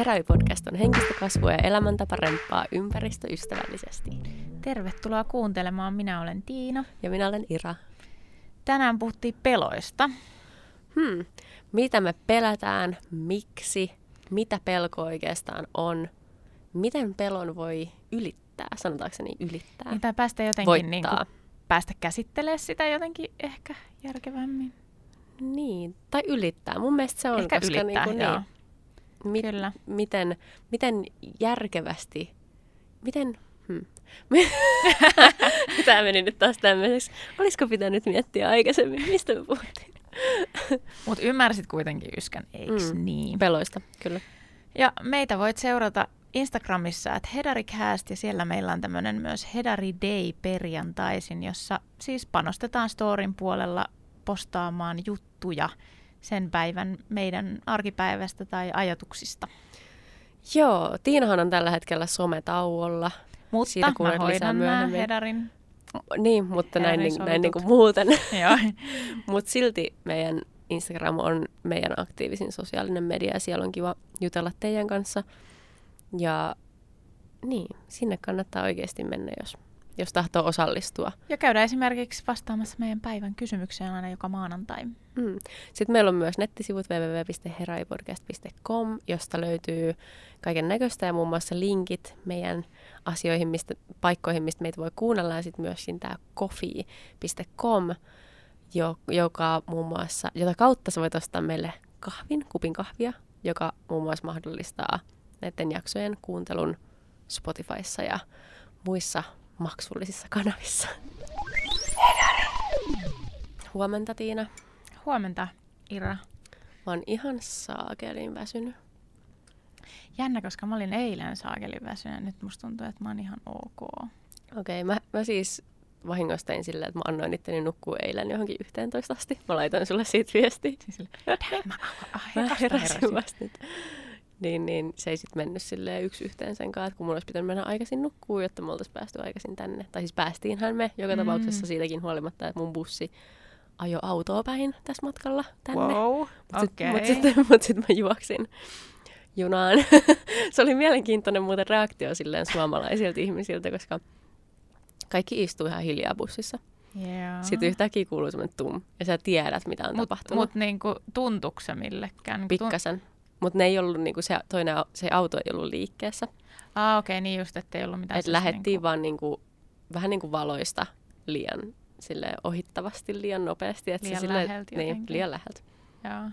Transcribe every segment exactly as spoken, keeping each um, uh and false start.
Heräi-podcast on henkistä kasvua ja elämäntapa remppaa ympäristöystävällisesti. Tervetuloa kuuntelemaan. Minä olen Tiina. Ja minä olen Ira. Tänään puhuttiin peloista. Hmm. Mitä me pelätään, miksi, mitä pelko oikeastaan on, miten pelon voi ylittää, sanotaanko se niin, ylittää, Niin, tai päästä jotenkin niin kuin, päästä käsittelemään sitä jotenkin ehkä järkevämmin. Niin, tai ylittää. Mun mielestä se on, ehkä koska ylittää, niin kuin, joo. Niin, mit, Kyllä. Miten, miten järkevästi, miten... Hmm. Tämä meni nyt taas tämmöiseksi. Olisiko pitänyt miettiä aikaisemmin, mistä me puhuttiin? Mutta ymmärsit kuitenkin yskän, eiks mm. niin? Peloista, kyllä. Ja meitä voit seurata Instagramissa, että Hedaricast, ja siellä meillä on tämmöinen myös Hedari Day perjantaisin, jossa siis panostetaan storin puolella postaamaan juttuja sen päivän meidän arkipäivästä tai ajatuksista. Joo, Tiinahan on tällä hetkellä sometauolla. Mutta siitä mä hoidan nämä Hedarin Niin, mutta näin, niin, näin niin kuin muuten. Joo. Mutta silti meidän Instagram on meidän aktiivisin sosiaalinen media ja siellä on kiva jutella teidän kanssa. Ja niin, sinne kannattaa oikeasti mennä, jos, jos tahtoo osallistua. Ja käydään esimerkiksi vastaamassa meidän päivän kysymykseen aina joka maanantai. Mm. Sitten meillä on myös nettisivut double-u double-u double-u piste heraipodcast piste com, josta löytyy kaiken näköistä ja muun muassa linkit meidän asioihin, mistä, paikkoihin, mistä meitä voi kuunnella. Ja sitten myös tämä coffee piste com, jo, joka muun muassa, jota kautta sä voit ostaa meille kahvin, kupin kahvia, joka muun muassa mahdollistaa näiden jaksojen kuuntelun Spotifyssa ja muissa maksullisissa kanavissa. Huomenta, Tiina. Huomenta, Ira. Mä oon ihan saakelin väsynyt. Jännä, koska mä olin eilen saakelin väsynyt. Nyt musta tuntuu, että mä oon ihan ok. Okei, okay, mä, mä siis vahingossa tein silleen, että mä annoin itteni nukkua eilen johonkin yhteentoista asti. Mä laitoin sulle siitä viestiä. Mä, mä heräsin vasta nyt. Niin, niin se ei sitten mennyt silleen yksi yhteen sen kanssa, kun mun olisi pitänyt mennä aikaisin nukkuu, jotta me oltaisiin päästy aikaisin tänne. Tai siis päästiinhän me joka tapauksessa mm. siitäkin huolimatta, että mun bussi ajo autoa päin tässä matkalla tänne. Wow, Mutta okay. mut sitten mut sit mä juoksin junaan. Se oli mielenkiintoinen muuten reaktio silleen suomalaisilta ihmisiltä, koska kaikki istuu ihan hiljaa bussissa. Yeah. Sitten yhtäkkiä kuuluu semmoinen tum, ja sä tiedät, mitä on mut, tapahtunut. Mutta niinku, tuntuuko se millekään? Niinku Pikkasen. Mutta ne ei ollut, niinku, se, toinen, se auto ei ollut liikkeessä. Ah, okei, okay, niin just, ettei ollut mitään. Et lähdettiin niinku... vaan niinku, vähän niin kuin valoista liian silleen, ohittavasti, liian nopeasti. Et liian se läheltä niin, jotenkin. liian läheltä. Joo.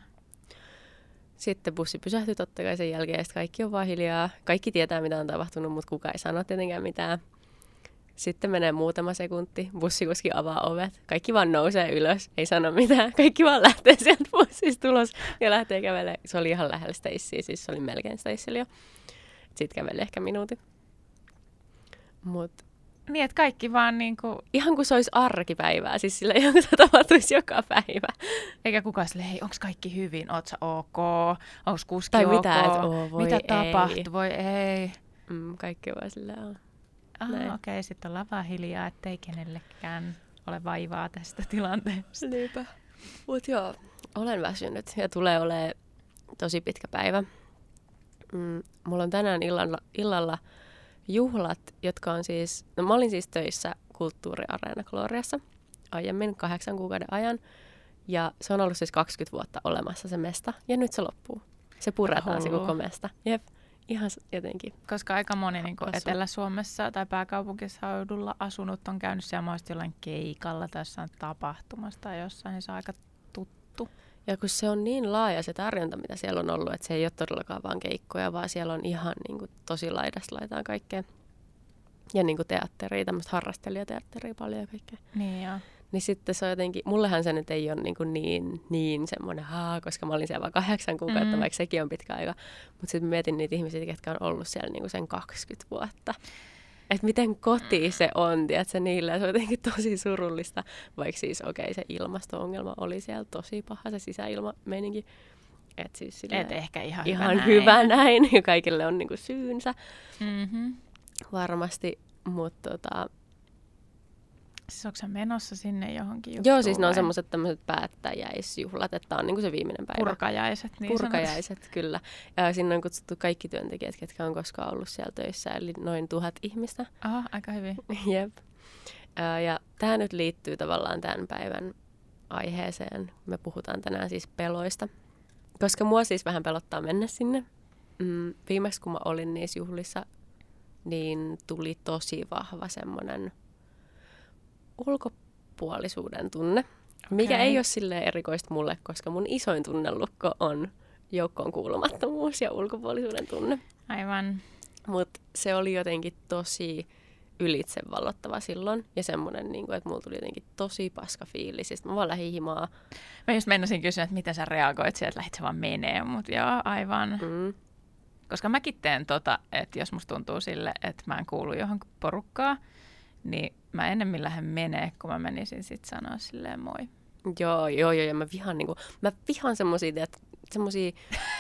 Sitten bussi pysähtyi totta kai sen jälkeen, ja kaikki on vaan hiljaa. Kaikki tietää, mitä on tapahtunut, mutta kukaan ei sano tietenkään mitään. Sitten menee muutama sekunti, bussikuski avaa ovet. Kaikki vaan nousee ylös, ei sano mitään. Kaikki vaan lähtee sieltä bussista ulos ja lähtee kävelemään. Se oli ihan lähellä Staceyä, siis se oli melkein Staceylla jo. Sitten käveli ehkä minuutin. Mut niin, että kaikki vaan niinku... ihan kuin se olisi arkipäivää, siis sillä ihan kuin se tapahtuisi joka päivä. Eikä kukaan silleen, hei, onks kaikki hyvin? Oot sä ok? Onks kuski tai ok? mitä, että oo, voi mitä ei. tapahtui? Voi ei. Mm, kaikki vaan silleen on. Ah, okei, okay. Sitten ollaan vaan hiljaa, ettei kenellekään ole vaivaa tästä tilanteesta. Niinpä. Mut joo, olen väsynyt ja tulee olemaan tosi pitkä päivä. Mm, mulla on tänään illalla, illalla juhlat, jotka on siis... No mä olin siis töissä Kulttuuriareena Gloriassa aiemmin kahdeksan kuukauden ajan. Ja se on ollut siis kaksikymmentä vuotta olemassa se mesta. Ja nyt se loppuu. Se puretaan se koko mesta. Jep. Ihan jotenkin. Koska aika moni niin kuin Etelä-Suomessa tai pääkaupunkiseudulla asunut on käynyt siellä mahdollisesti jollain keikalla tai jossain tapahtumassa tai jossain, niin se on aika tuttu. Ja kun se on niin laaja se tarjonta, mitä siellä on ollut, että se ei ole todellakaan vaan keikkoja, vaan siellä on ihan niin kuin, tosi laidasta laitaan kaikkea. Ja niin kuin teatteria, tämmöistä harrastelijateatteria paljon ja kaikkea. Niin joo. Niin sitten se on jotenkin, mullehan se nyt ei ole niin, kuin niin, niin semmoinen, haa, koska mä olin siellä vaan kahdeksan kuukautta, mm. vaikka sekin on pitkä aika. Mutta sitten mietin niitä ihmisiä, jotka on ollut siellä niin kuin sen kaksikymmentä vuotta. Että miten koti se on, tiedätkö, niillä. Ja se on jotenkin tosi surullista, vaikka siis okei, okay, se ilmasto-ongelma oli siellä tosi paha, se sisäilma-meininki. Että siis silleen, Et ehkä ihan, ihan hyvä, hyvä näin. näin, ja kaikille on niin kuin syynsä Mm-hmm. varmasti, mutta tota... Siis onko sä menossa sinne johonkin juttuun? Joo, siis ne on vai? semmoiset tämmöiset päättäjäisjuhlat, että on niinku se viimeinen päivä. Purkajaiset, niin Purkajaiset, sanot. Kyllä. Ja sinne on kutsuttu kaikki työntekijät, ketkä on koskaan ollut siellä töissä, eli noin tuhat ihmistä. Aha, aika hyvin. Jep. Ja tämä nyt liittyy tavallaan tämän päivän aiheeseen. Me puhutaan tänään siis peloista. Koska mua siis vähän pelottaa mennä sinne. Mm, viimeksi kun mä olin niissä juhlissa, niin tuli tosi vahva semmoinen ulkopuolisuuden tunne, okay. Mikä ei ole silleen erikoista mulle, koska mun isoin tunnelukko on joukkoon kuulumattomuus ja ulkopuolisuuden tunne. Aivan. Mutta se oli jotenkin tosi ylitsevallottava silloin ja semmoinen, niin että mulla tuli jotenkin tosi paska fiilis. Sitten mä vaan lähdin himaa. Mä just meinasin kysyä, että miten sä reagoit siihen, että lähdit sä vaan menee, mutta joo, aivan. Mm. Koska mäkin teen tota, että jos musta tuntuu sille, että mä en kuulu johonkin porukkaan, niin mä ennemmin lähden menee, kun mä menisin sit sanoa silleen moi. Joo, joo, joo, ja mä vihaan, niinku, mä vihaan semmosia, semmosia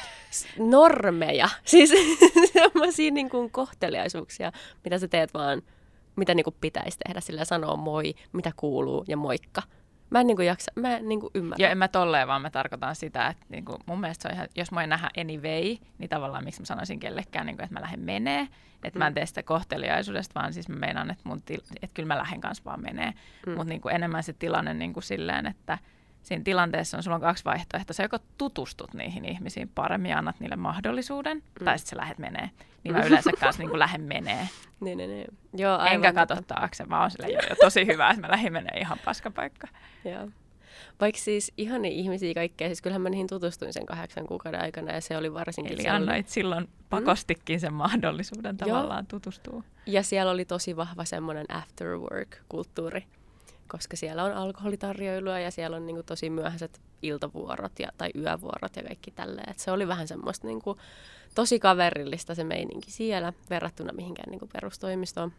normeja, siis semmosia niinku kohteliaisuuksia, mitä sä teet vaan, mitä niinku pitäisi tehdä, sillä sanoa moi, mitä kuuluu ja moikka. Mä en niinku jaksa, mä en niinku ymmärrä. Ja en mä tolleen, vaan mä tarkoitan sitä, että niinku mun mielestä se on ihan, jos mä en nähdä anyway, niin tavallaan miksi mä sanoisin kellekään, niinku, että mä lähden menee. Että mm. mä en tee sitä kohteliaisuudesta, vaan siis mä meinaan, että, mun til- että kyllä mä lähden kanssa vaan menee. Mm. Mutta niinku enemmän se tilanne niinku silleen, että siinä tilanteessa on, sulla on kaksi vaihtoehtoa. Sä joko tutustut niihin ihmisiin paremmin ja annat niille mahdollisuuden, mm. tai sitten sä lähdet menee. Niin mä yleensä kanssa niinku lähden menee. Niin, niin, niin. Joo, aivan. Enkä katso taakse, mä oon silleen, jo, jo tosi hyvä, että mä lähdin menee ihan paskapaikka. Joo. Vaikka siis ihania ihmisiä kaikkea, siis kyllähän mä niihin tutustuin sen kahdeksan kuukauden aikana ja se oli varsinkin... Eli se annoit oli... silloin pakostikin sen mahdollisuuden tavallaan Joo. tutustua. Ja siellä oli tosi vahva semmoinen after work-kulttuuri, koska siellä on alkoholitarjoilua ja siellä on niinku tosi myöhäiset iltavuorot ja, tai yövuorot ja kaikki tälleen. Et se oli vähän semmoista niinku, tosi kaverillista se meininki siellä verrattuna mihinkään niinku perustoimistoon.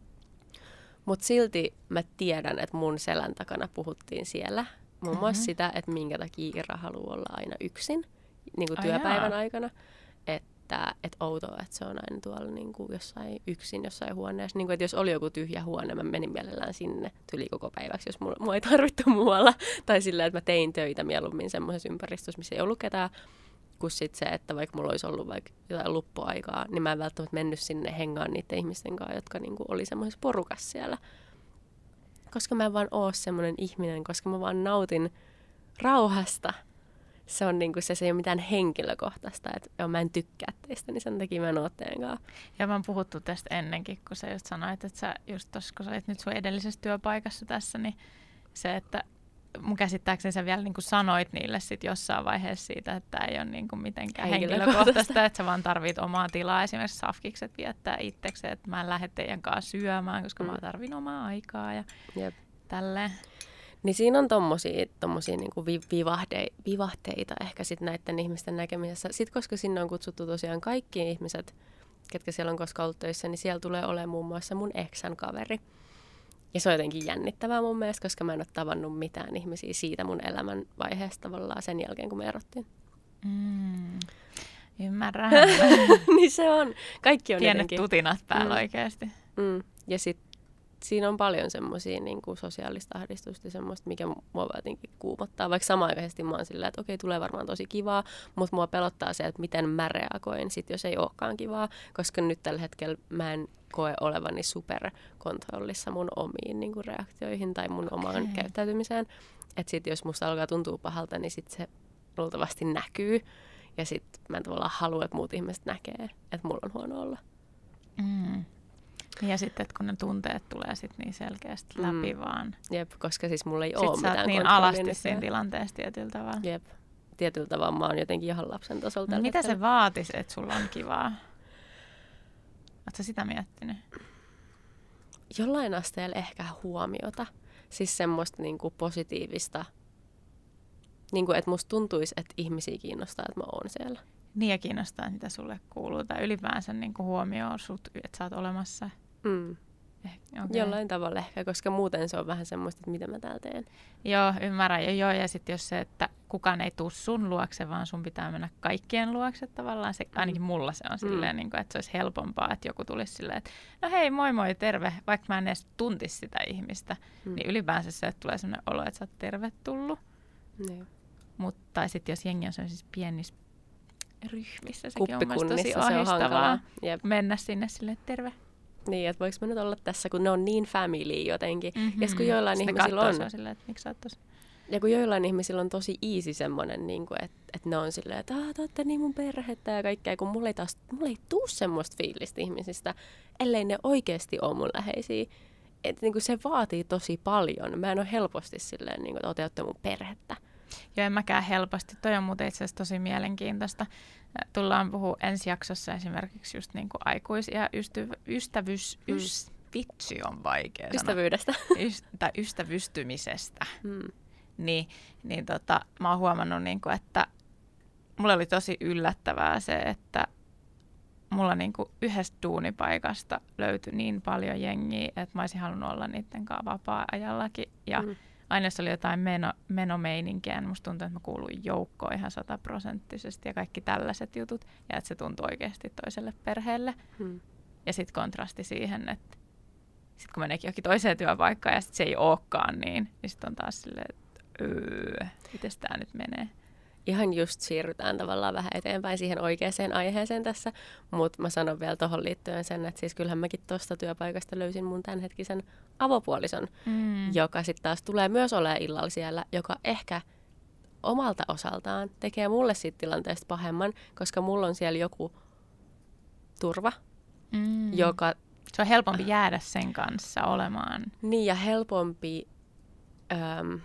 Mutta silti mä tiedän, että mun selän takana puhuttiin siellä muun muassa mm-hmm. sitä, että minkä takia Ira haluaa olla aina yksin niin kuin työpäivän oh, aikana. Että et outoa, että se on aina tuolla niin kuin jossain yksin jossain huoneessa. Niin kuin, että jos oli joku tyhjä huone, mä menin mielellään sinne tyli koko päiväksi, jos mulla, mua ei tarvittu muualla. Tai sillä, että mä tein töitä mieluummin semmoisessa ympäristössä, missä ei ollut ketään. Kun sit se, että vaikka mulla olisi ollut vaikka jotain luppuaikaa, niin mä en välttämättä mennyt sinne hengaan niiden ihmisten kanssa, jotka niinku oli semmoisessa porukassa siellä. Koska mä en vaan oo semmoinen ihminen, koska mä vaan nautin rauhasta. Se on niinku se, se ei ole mitään henkilökohtaista, että joo, mä en tykkää teistä, niin sen takia mä en oo teidän kanssa. Ja mä oon puhuttu tästä ennenkin, kun sä just sanoit, että sä just tossa, kun sä olit nyt sun edellisessä työpaikassa tässä, niin se, että mun käsittääkseni sä vielä niin kuin sanoit niille sit jossain vaiheessa siitä, että tämä ei ole niin kuin mitenkään henkilökohtaista, että sä vaan tarvit omaa tilaa. Esimerkiksi safkikset viettää itsekseen, että mä en lähde teidän kanssa syömään, koska mm. mä tarvin omaa aikaa ja Jep. tälleen. Niin siinä on tommosia, tommosia niinku vi- vivahde- vivahteita ehkä sit näiden ihmisten näkemisessä. Sitten koska sinne on kutsuttu tosiaan kaikki ihmiset, ketkä siellä on koskaan ollut töissä, niin siellä tulee olemaan muun muassa mun eksän kaveri. Ja se on jotenkin jännittävää mun mielestä, koska mä en ole tavannut mitään ihmisiä siitä mun elämän vaiheesta tavallaan sen jälkeen, kun me erottiin. Mm, ymmärrän. Niin se on. Kaikki on pienet jotenkin. tutinat päällä mm. oikeasti. Mm. Ja sitten siinä on paljon semmoisia niin kuin sosiaalista ahdistusta ja semmoista, mikä mua jotenkin kuumottaa. Vaikka samanaikaisesti mä oon sillä, että okei, tulee varmaan tosi kivaa, mutta mua pelottaa se, että miten mä reagoin sit, jos ei olekaan kivaa. Koska nyt tällä hetkellä mä en koe olevani superkontrollissa mun omiin niin kuin reaktioihin tai mun omaan okay. käyttäytymiseen. Että sit jos musta alkaa tuntua pahalta, niin sit se luultavasti näkyy. Ja sit mä en tavallaan halua, että muut ihmiset näkee, että mulla on huono olla. Mm. Ja sitten, kun ne tunteet tulee sit niin selkeästi läpi mm. vaan. Jep, koska siis mulla ei sit ole mitään niin alasti siinä tilanteessa tietyllä tavalla. Jep, tietyllä tavalla mä oon jotenkin ihan lapsen tasolla. No, mitä se vaatisi, että sulla on kivaa? Oletko sitä miettinyt? Jollain asteella ehkä huomiota. Siis semmoista niinku positiivista. Niinku, että musta tuntuisi, että ihmisiä kiinnostaa, että mä oon siellä. Niin ja kiinnostaa, mitä sulle kuuluu. Tai ylipäänsä niinku huomioi sut, että sä oot olemassa. Mm. Eh, okay. Jollain tavalla ehkä, koska muuten se on vähän semmoista, että mitä mä täällä teen. Joo, ymmärrän. Ja, joo, ja sitten jos se, että kukaan ei tule sun luokse, vaan sun pitää mennä kaikkien luokse tavallaan. Se, ainakin mulla se on Mm. silleen, niin kuin, että se olisi helpompaa, että joku tulisi silleen, että no hei, moi moi, terve, vaikka mä en edes tuntisi sitä ihmistä. Mm. Niin ylipäänsä se, että tulee sellainen olo, että sä oot tervetullut. Niin. Mutta tai sitten jos jengi on sellaisissa pienissä ryhmissä, sekin on mielestäni tosi Kuppikunnissa se on ahdistavaa hankalaa. Jep. mennä sinne silleen, että terve. Niin, että voiko mä nyt olla tässä, kun ne on niin family jotenkin. Mm-hmm. Ja kun joillain Sitten ihmisillä on, on silleen, että miksi sä oot tossa? ja kun joillain ihmisillä on tosi easy semmoinen, niin että, että ne on silleen, että aah, te ootte niin mun perhettä ja kaikkea, kun mulla ei, taas, mulla ei tuu semmoista fiilistä ihmisistä, ellei ne oikeasti ole mun läheisiä. Että niin se vaatii tosi paljon. Mä en ole helposti silleen, niin kuin, että te ootte mun perhettä. Joo, en mäkään helposti. Toi on muuten itse asiassa tosi mielenkiintoista. Tullaan puhua ensi jaksossa esimerkiksi just niin kuin aikuis- ja ystäv- ystävyys... Mm. Ys- vitsi on vaikea Ystävyydestä. sanoa. Ys- tai ystävystymisestä. Mm. Niin, niin tota, mä oon huomannut, niin kuin, että mulle oli tosi yllättävää se, että mulla niin kuin yhdestä duunipaikasta löytyi niin paljon jengiä, että mä olisin halunnut olla niiden kanssa vapaa-ajallakin. Ja mm. aina jos oli jotain meno, menomeininkiä, niin musta tuntuu, että mä kuuluin joukkoon ihan sataprosenttisesti ja kaikki tällaiset jutut. Ja että se tuntui oikeasti toiselle perheelle. Mm. Ja sitten kontrasti siihen, että sit kun meneekin johonkin toiseen työpaikkaan ja sit se ei olekaan niin, niin sitten on taas silleen, että öö, mites tää nyt menee? Ihan just siirrytään tavallaan vähän eteenpäin siihen oikeaan aiheeseen tässä, mutta mä sanon vielä tuohon liittyen sen, että siis kyllähän mäkin tuosta työpaikasta löysin mun tämänhetkisen avopuolison, mm. joka sitten taas tulee myös olemaan illalla siellä, joka ehkä omalta osaltaan tekee mulle siitä tilanteesta pahemman, koska mulla on siellä joku turva, mm. joka... Se on helpompi jäädä sen kanssa olemaan. Niin, ja helpompi... Öm,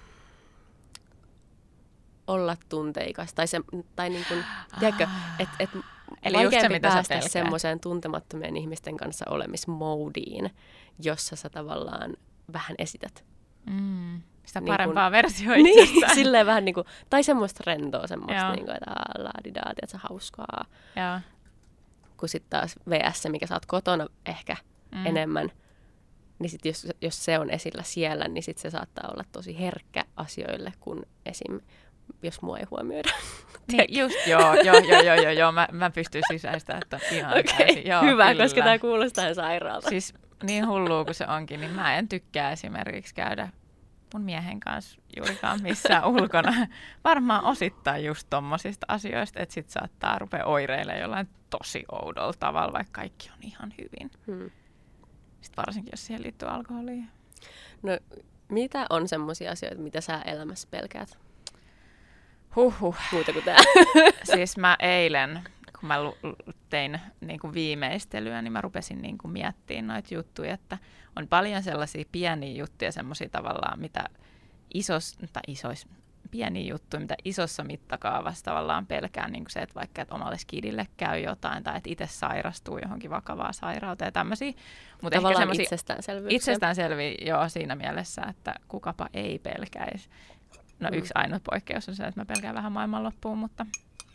olla tunteikas, tai, se, tai niin kuin, tiedätkö, että et Eli just se, mitä päästä semmoiseen tuntemattomien ihmisten kanssa olemismoodiin, jossa sä tavallaan vähän esität. Mm, sitä niin parempaa kun, versiota niin, itsestään. silleen vähän niin kuin, tai semmoista rentoa, semmoista Joo. niin kuin, että laadidaa, tiedätkö, hauskaa. Joo. Kun sitten taas V S, mikä sä oot kotona ehkä mm. enemmän, niin sit jos, jos se on esillä siellä, niin sit se saattaa olla tosi herkkä asioille, kun esim. Jos mua ei huomioida. Niin, just, joo, joo, joo, joo, joo, joo. Mä, mä pystyn sisäistämään, että ihan okay, täysin. Joo, hyvä, kyllä. Koska tämä kuulostaa ihan sairaalta. Siis niin hullua kuin se onkin, niin mä en tykkää esimerkiksi käydä mun miehen kanssa juurikaan missään ulkona. Varmaan osittain just tommosista asioista, että sit saattaa rupea oireilemaan jollain tosi oudolla tavalla, vaikka kaikki on ihan hyvin. Hmm. Sitten varsinkin, jos siihen liittyy alkoholiin. No, mitä on semmoisia asioita, mitä sä elämässä pelkäät? Huhhuh. Muuta kuin tää. Siis mä eilen, kun mä tein niin kuin viimeistelyä, niin mä rupesin niin kuin miettimään noita juttuja, että on paljon sellaisia pieniä juttuja, semmoisia tavallaan, mitä isos, tai isois, pieniä juttuja, mitä isossa mittakaavassa tavallaan pelkään, niin kuin se, että vaikka että omalle skidille käy jotain, tai että itse sairastuu johonkin vakavaa sairauteen ja tämmöisiä. Mutta tavallaan ehkä itsestäänselvyyksiä. Itsestäänselviä, joo, siinä mielessä, että kukapa ei pelkäisi. No yksi ainut poikkeus on se, että mä pelkään vähän maailmanloppuun, mutta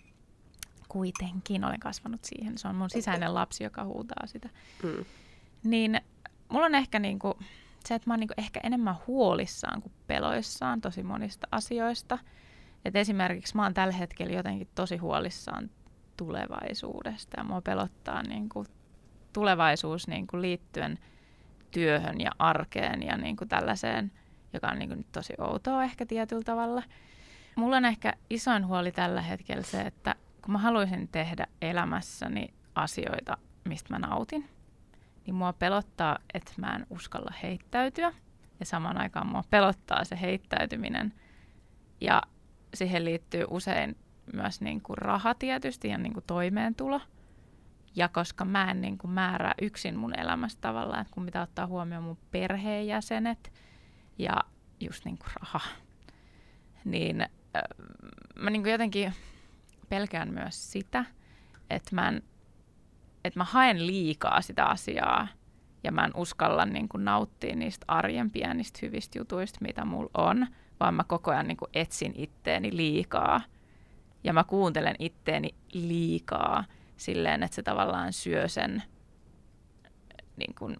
kuitenkin olen kasvanut siihen. Se on mun sisäinen lapsi, joka huutaa sitä. Mm. Niin mulla on ehkä niinku se, että mä oon niinku ehkä enemmän huolissaan kuin peloissaan tosi monista asioista. Et esimerkiksi mä oon tällä hetkellä jotenkin tosi huolissaan tulevaisuudesta ja mua pelottaa niinku tulevaisuus niinku liittyen työhön ja arkeen ja niinku tällaiseen, joka on niin kuin nyt tosi outoa ehkä tietyllä tavalla. Mulla on ehkä isoin huoli tällä hetkellä se, että kun mä haluaisin tehdä elämässäni asioita, mistä mä nautin, niin mua pelottaa, että mä en uskalla heittäytyä. Ja samaan aikaan mua pelottaa se heittäytyminen. Ja siihen liittyy usein myös niin kuin raha tietysti ja niin kuin toimeentulo. Ja koska mä en niin kuin määrää yksin mun elämästä tavallaan, että kun mitä ottaa huomioon mun perheenjäsenet, ja just niin kuin raha, niin äh, mä niin kuin jotenkin pelkään myös sitä, että mä, en, että mä haen liikaa sitä asiaa ja mä en uskalla niin kuin nauttia niistä arjen pienistä hyvistä jutuista, mitä mulla on, vaan mä koko ajan niin kuin etsin itteeni liikaa ja mä kuuntelen itteeni liikaa silleen, että se tavallaan syö sen niin kuin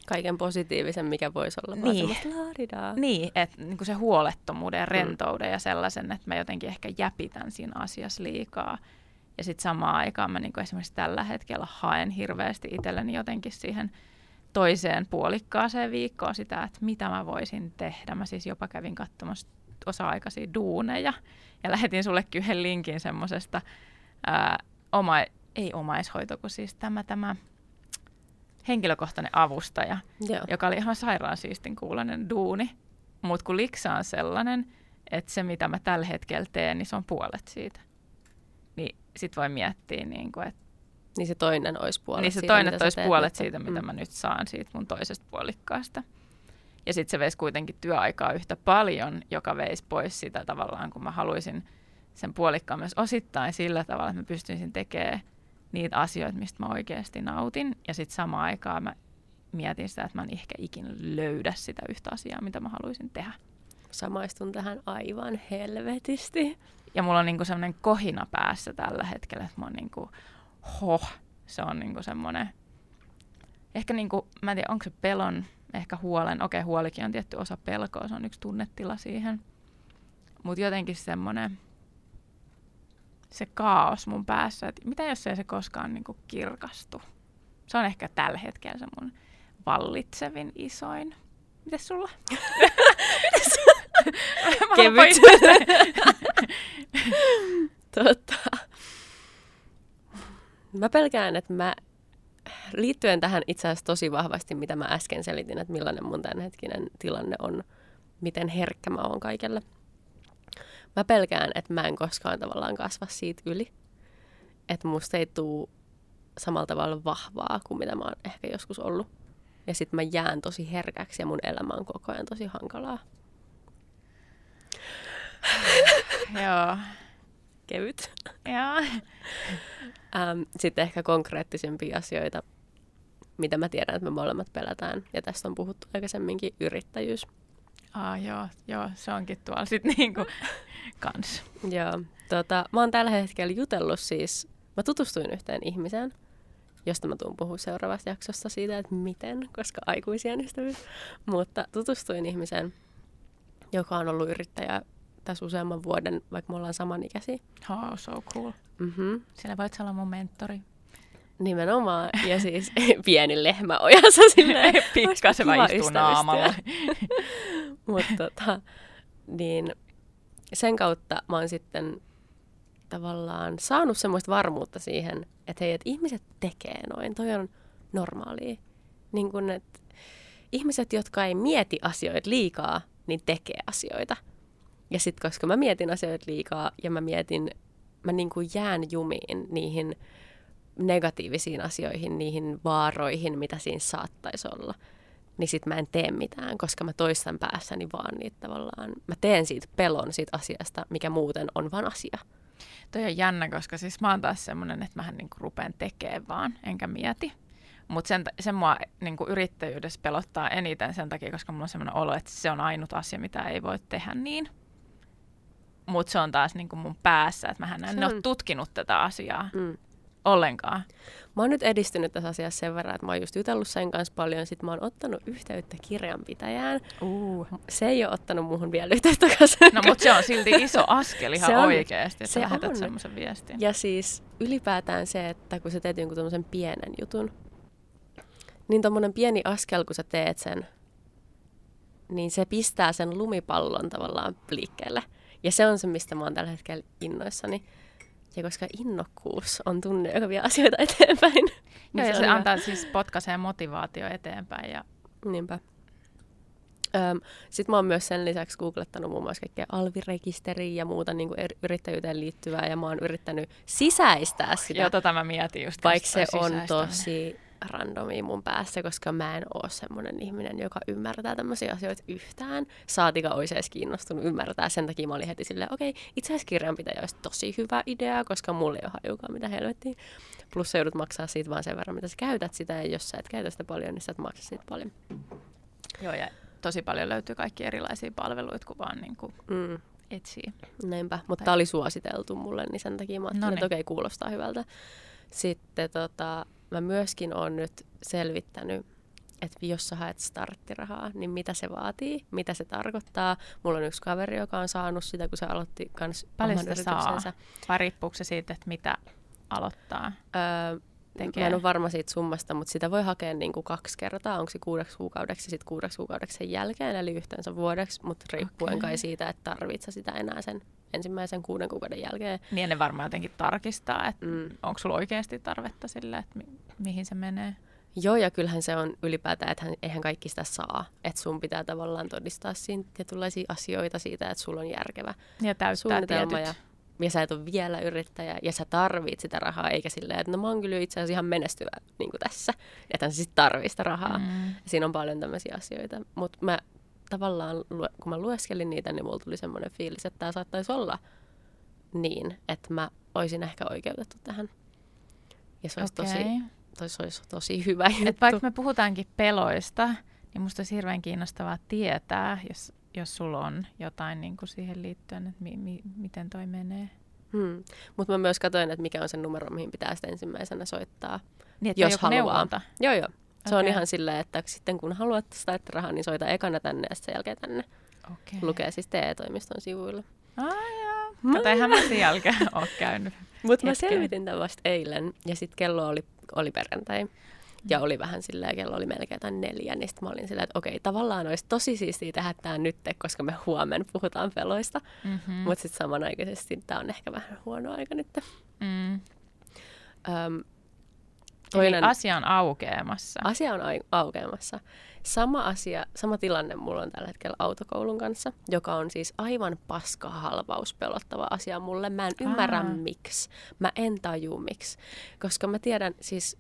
Kaiken positiivisen, mikä voisi olla niin. vaan semmoista laadidaa. Niin, että niin se huolettomuuden ja rentouden mm. ja sellaisen, että mä jotenkin ehkä jäpitän siinä asiassa liikaa. Ja sitten samaan aikaan mä niin esimerkiksi tällä hetkellä haen hirveästi itselleni jotenkin siihen toiseen puolikkaaseen viikkoon sitä, että mitä mä voisin tehdä. Mä siis jopa kävin katsomassa osa-aikaisia duuneja ja lähetin sullekin yhden linkin semmosesta, ää, oma, ei omaishoito, kun siis tämä, tämä henkilökohtainen avustaja, Joo. joka oli ihan sairaan siistin kuuloinen duuni. Mutta kun liksa on sellainen, että se mitä mä tällä hetkellä teen, niin se on puolet siitä. Niin sit voi miettiä, niin kuin, että niin se toinen olisi puolet niin se siitä, toinen mitä olisi teet puolet nyt. siitä, mitä Mm. mä nyt saan siitä mun toisesta puolikkaasta. Ja sitten se veisi kuitenkin työaikaa yhtä paljon, joka veisi pois sitä tavallaan, kun mä haluaisin sen puolikkaan myös osittain sillä tavalla, että mä pystyisin tekemään niitä asioita, mistä mä oikeasti nautin. Ja sitten samaan aikaan mä mietin sitä, että mä en ehkä ikinä löydä sitä yhtä asiaa, mitä mä haluaisin tehdä. Samaistun tähän aivan helvetisti. Ja mulla on niinku semmoinen kohina päässä tällä hetkellä, että mä oon niinku, hoh, se on niinku semmoinen, ehkä niinku, mä en tiedä, onko se pelon, ehkä huolen, okei, huolikin on tietty osa pelkoa, se on yksi tunnetila siihen. Mutta jotenkin semmoinen, se kaos mun päässä, että mitä jos ei se koskaan niinku kirkastu. Se on ehkä tällä hetkellä se mun vallitsevin isoin. Mites sulla? Mites Kevyt. Totta. Mä pelkään, että mä liittyen tähän itse asiassa tosi vahvasti, mitä mä äsken selitin, että millainen mun tämänhetkinen tilanne on, miten herkkä mä oon kaikelle. Mä pelkään, että mä en koskaan tavallaan kasva siitä yli. Että musta ei tule samalla tavalla vahvaa kuin mitä mä oon ehkä joskus ollut. Ja sit mä jään tosi herkäksi ja mun elämä on koko ajan tosi hankalaa. Joo. Kevyt. Joo. Ähm, sitten ehkä konkreettisempia asioita, mitä mä tiedän, että me molemmat pelätään. Ja tästä on puhuttu aikaisemminkin, yrittäjyys. Ah, joo, joo, se onkin tuolla sitten niinku kans. Joo, tota, mä oon tällä hetkellä jutellut siis, mä tutustuin yhteen ihmiseen, josta mä tuun puhua seuraavassa jaksossa siitä, että miten, koska aikuisien ystävyys. Mutta tutustuin ihmiseen, joka on ollut yrittäjä tässä useamman vuoden, vaikka me ollaan samanikäisiä. Oh, so cool. Mm-hmm. Siellä voit olla mun mentori. Nimenomaan. Ja siis pieni lehmä ojassa silleen. Pikkasen vaan istuu naamalla. Mutta tota, niin sen kautta mä oon sitten tavallaan saanut semmoista varmuutta siihen, että hei, että ihmiset tekee noin. Toi on normaalia. Niin kun, että ihmiset, jotka ei mieti asioita liikaa, niin tekee asioita. Ja sitten koska mä mietin asioita liikaa ja mä mietin, mä niin kuin jään jumiin niihin negatiivisiin asioihin, niihin vaaroihin, mitä siinä saattaisi olla, niin sit mä en tee mitään, koska mä toistan päässäni vaan niitä tavallaan, mä teen siitä pelon siitä asiasta, mikä muuten on vaan asia. Toi on jännä, koska siis mä oon taas semmonen, että mähän niinku rupean tekemään vaan, enkä mieti. Mutta sen, sen mua niinku yrittäjyydessä pelottaa eniten sen takia, koska mulla on semmoinen olo, että se on ainut asia, mitä ei voi tehdä niin. Mutta se on taas niinku mun päässä, että mähän en ole tutkinut tätä asiaa mm. ollenkaan. Mä oon nyt edistynyt tässä asiassa sen verran, että mä oon just jutellut sen kanssa paljon. Sitten mä oon ottanut yhteyttä kirjanpitäjään. Uh. Se ei ole ottanut muhun vielä yhteyttä takaisin. No mutta se on silti iso askel ihan on, oikeasti, että se lähetät semmoisen viestin. Ja siis ylipäätään se, että kun sä teet jonkun tommosen pienen jutun, niin tommonen pieni askel, kun sä teet sen, niin se pistää sen lumipallon tavallaan liikkeelle. Ja se on se, mistä mä oon tällä hetkellä innoissani. Ja koska innokkuus on tunne, joka vie asioita eteenpäin. Niin Joo, ja se, se antaa siis potkaiseen motivaatio eteenpäin. Ja... Niinpä. Öm, Sitten mä oon myös sen lisäksi googlettanut muun muassa kaikkea alvirekisteriä ja muuta niin kuin yrittäjyyteen liittyvää. Ja mä oon yrittänyt sisäistää sitä. Joo, tota mä mietin just. Vaikka se on tosi randomia mun päässä, koska mä en oo semmonen ihminen, joka ymmärtää tämmöisiä asioita yhtään. Saatika olisi edes kiinnostunut ymmärtää. Sen takia mä olin heti silleen, okei, okay, itse asiassa kirjanpitäjä olisi tosi hyvä idea, koska mulla ei ole hajukaan mitä helvettiä. Plus sä joudut maksaa siitä vaan sen verran, mitä sä käytät sitä, ja jos sä et käytä sitä paljon, niin sä et maksa siitä paljon. Joo, ja tosi paljon löytyy kaikki erilaisia palveluita, kun vaan niin kuin mm. etsii. Näinpä, mutta tää oli suositeltu mulle, niin sen takia mä ajattelin, Noniin. että okei, okay, kuulostaa hyvältä. Sitten tota, mä myöskin oon nyt selvittänyt että jos sä haet starttirahaa, niin mitä se vaatii, mitä se tarkoittaa. Mulla on yksi kaveri, joka on saanut sitä, kun se aloitti kans paljon oman sitä saa? yrityksensä. Vai riippuuko se siitä, että mitä aloittaa? Öö, Mä en ole varma siitä summasta, mutta sitä voi hakea niin kuin kaksi kertaa. Onko se kuudeksi kuukaudeksi ja sitten kuudeksi kuukaudeksi sen jälkeen, eli yhteensä vuodeksi, mutta riippuen okay. kai siitä, että tarvitset sitä enää sen ensimmäisen kuuden kuukauden jälkeen. Niin ne varmaan jotenkin tarkistaa, että mm. onko sulla oikeasti tarvetta sille, että mi- mihin se menee. Joo, ja kyllähän se on ylipäätään, että eihän kaikki sitä saa. Että sun pitää tavallaan todistaa siinä tietynlaisia asioita siitä, että sulla on järkevä ja täyttää suunnitelma. tietyt. Ja, ja sä et ole vielä yrittäjä, ja sä tarvit sitä rahaa, eikä silleen, että no mä oon kyllä itse asiassa ihan menestyvä niin kuin tässä. Että sä sitten tarvii sitä rahaa. Mm. Siinä on paljon tämmöisiä asioita. Mutta mä tavallaan, kun mä lueskelin niitä, niin mulla tuli semmoinen fiilis, että tää saattaisi olla niin, että mä olisin ehkä oikeutettu tähän. Ja se olisi, okay. tosi, se olisi tosi hyvä juttu. Et vaikka me puhutaankin peloista, niin musta olisi hirveän kiinnostavaa tietää, jos, jos sulla on jotain niin kuin siihen liittyen, että mi, mi, miten toi menee. Hmm. Mutta mä myös katsoin, että mikä on se numero, mihin pitää sitten ensimmäisenä soittaa, niin, jos haluaa. Neuvonta. Joo, joo. Se okay. on ihan silleen, että sitten kun haluat starttirahaa, niin soita ekana tänne ja sen jälkeen tänne. Okay. Lukee siis T E-toimiston sivuilla. Ah, joo. Mutta eihän mä sen jälkeen ole käynyt. Mutta mä selvitin tämän vasta eilen ja sitten kello oli, oli perjantai. Ja oli vähän silleen, kello oli melkein jotain neljä, niin sitten mä olin silleen, että okei, tavallaan olisi tosi siistiä tehdä tämä nyt, koska me huomenna puhutaan peloista. Mm-hmm. Mutta sitten samanaikaisesti tämä on ehkä vähän huono aika nyt. Mm. Öm, toinen, Eli asia on aukeamassa. Asia on aukeamassa. Sama asia, sama tilanne mulla on tällä hetkellä autokoulun kanssa, joka on siis aivan paska halvaus pelottava asia mulle. Mä en ymmärrä Aa. miksi. Mä en taju miksi. Koska mä tiedän siis...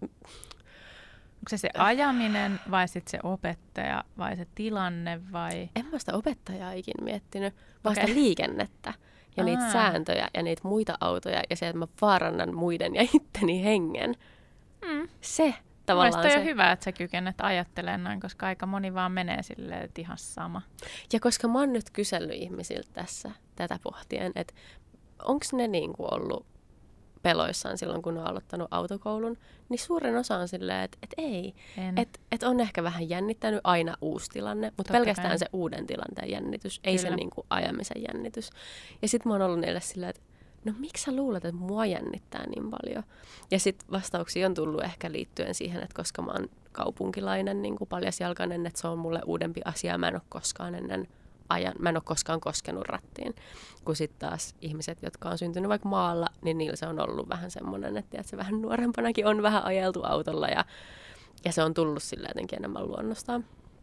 Onko se se ajaminen vai sitten se opettaja vai se tilanne vai? En mä sitä opettajaa ikin miettinyt, vaan okay. sitä liikennettä ja Aa. niitä sääntöjä ja niitä muita autoja ja se, että mä vaarannan muiden ja itteni hengen. Mm. Se tavallaan Mielestäni se. on hyvä, että sä kykenet ajattelemaan noin, koska aika moni vaan menee silleen, että ihan sama. Ja koska mä oon nyt kysellyt ihmisiltä tässä tätä pohtien, että onko ne niin kuin ollut peloissaan silloin, kun on aloittanut autokoulun, niin suurin osa on silleen, että, että ei. Että et on ehkä vähän jännittänyt aina uusi tilanne, mutta Totta pelkästään kai. Se uuden tilanteen jännitys, ei Kyllä. se niin kuin ajamisen jännitys. Ja sitten mä oon ollut niille silleen, että no miksi sä luulet, että mua jännittää niin paljon? Ja sitten vastauksia on tullut ehkä liittyen siihen, että koska mä oon kaupunkilainen, niin kuin paljasjalkainen, että se on mulle uudempi asia, mä en ole koskaan ennen ajan, mä en ole koskaan koskenut rattiin. Kun sitten taas ihmiset, jotka on syntynyt vaikka maalla, niin niillä se on ollut vähän semmoinen, että se vähän nuorempanakin on vähän ajeltu autolla ja, ja se on tullut sillä jotenkin enemmän luonnostaan.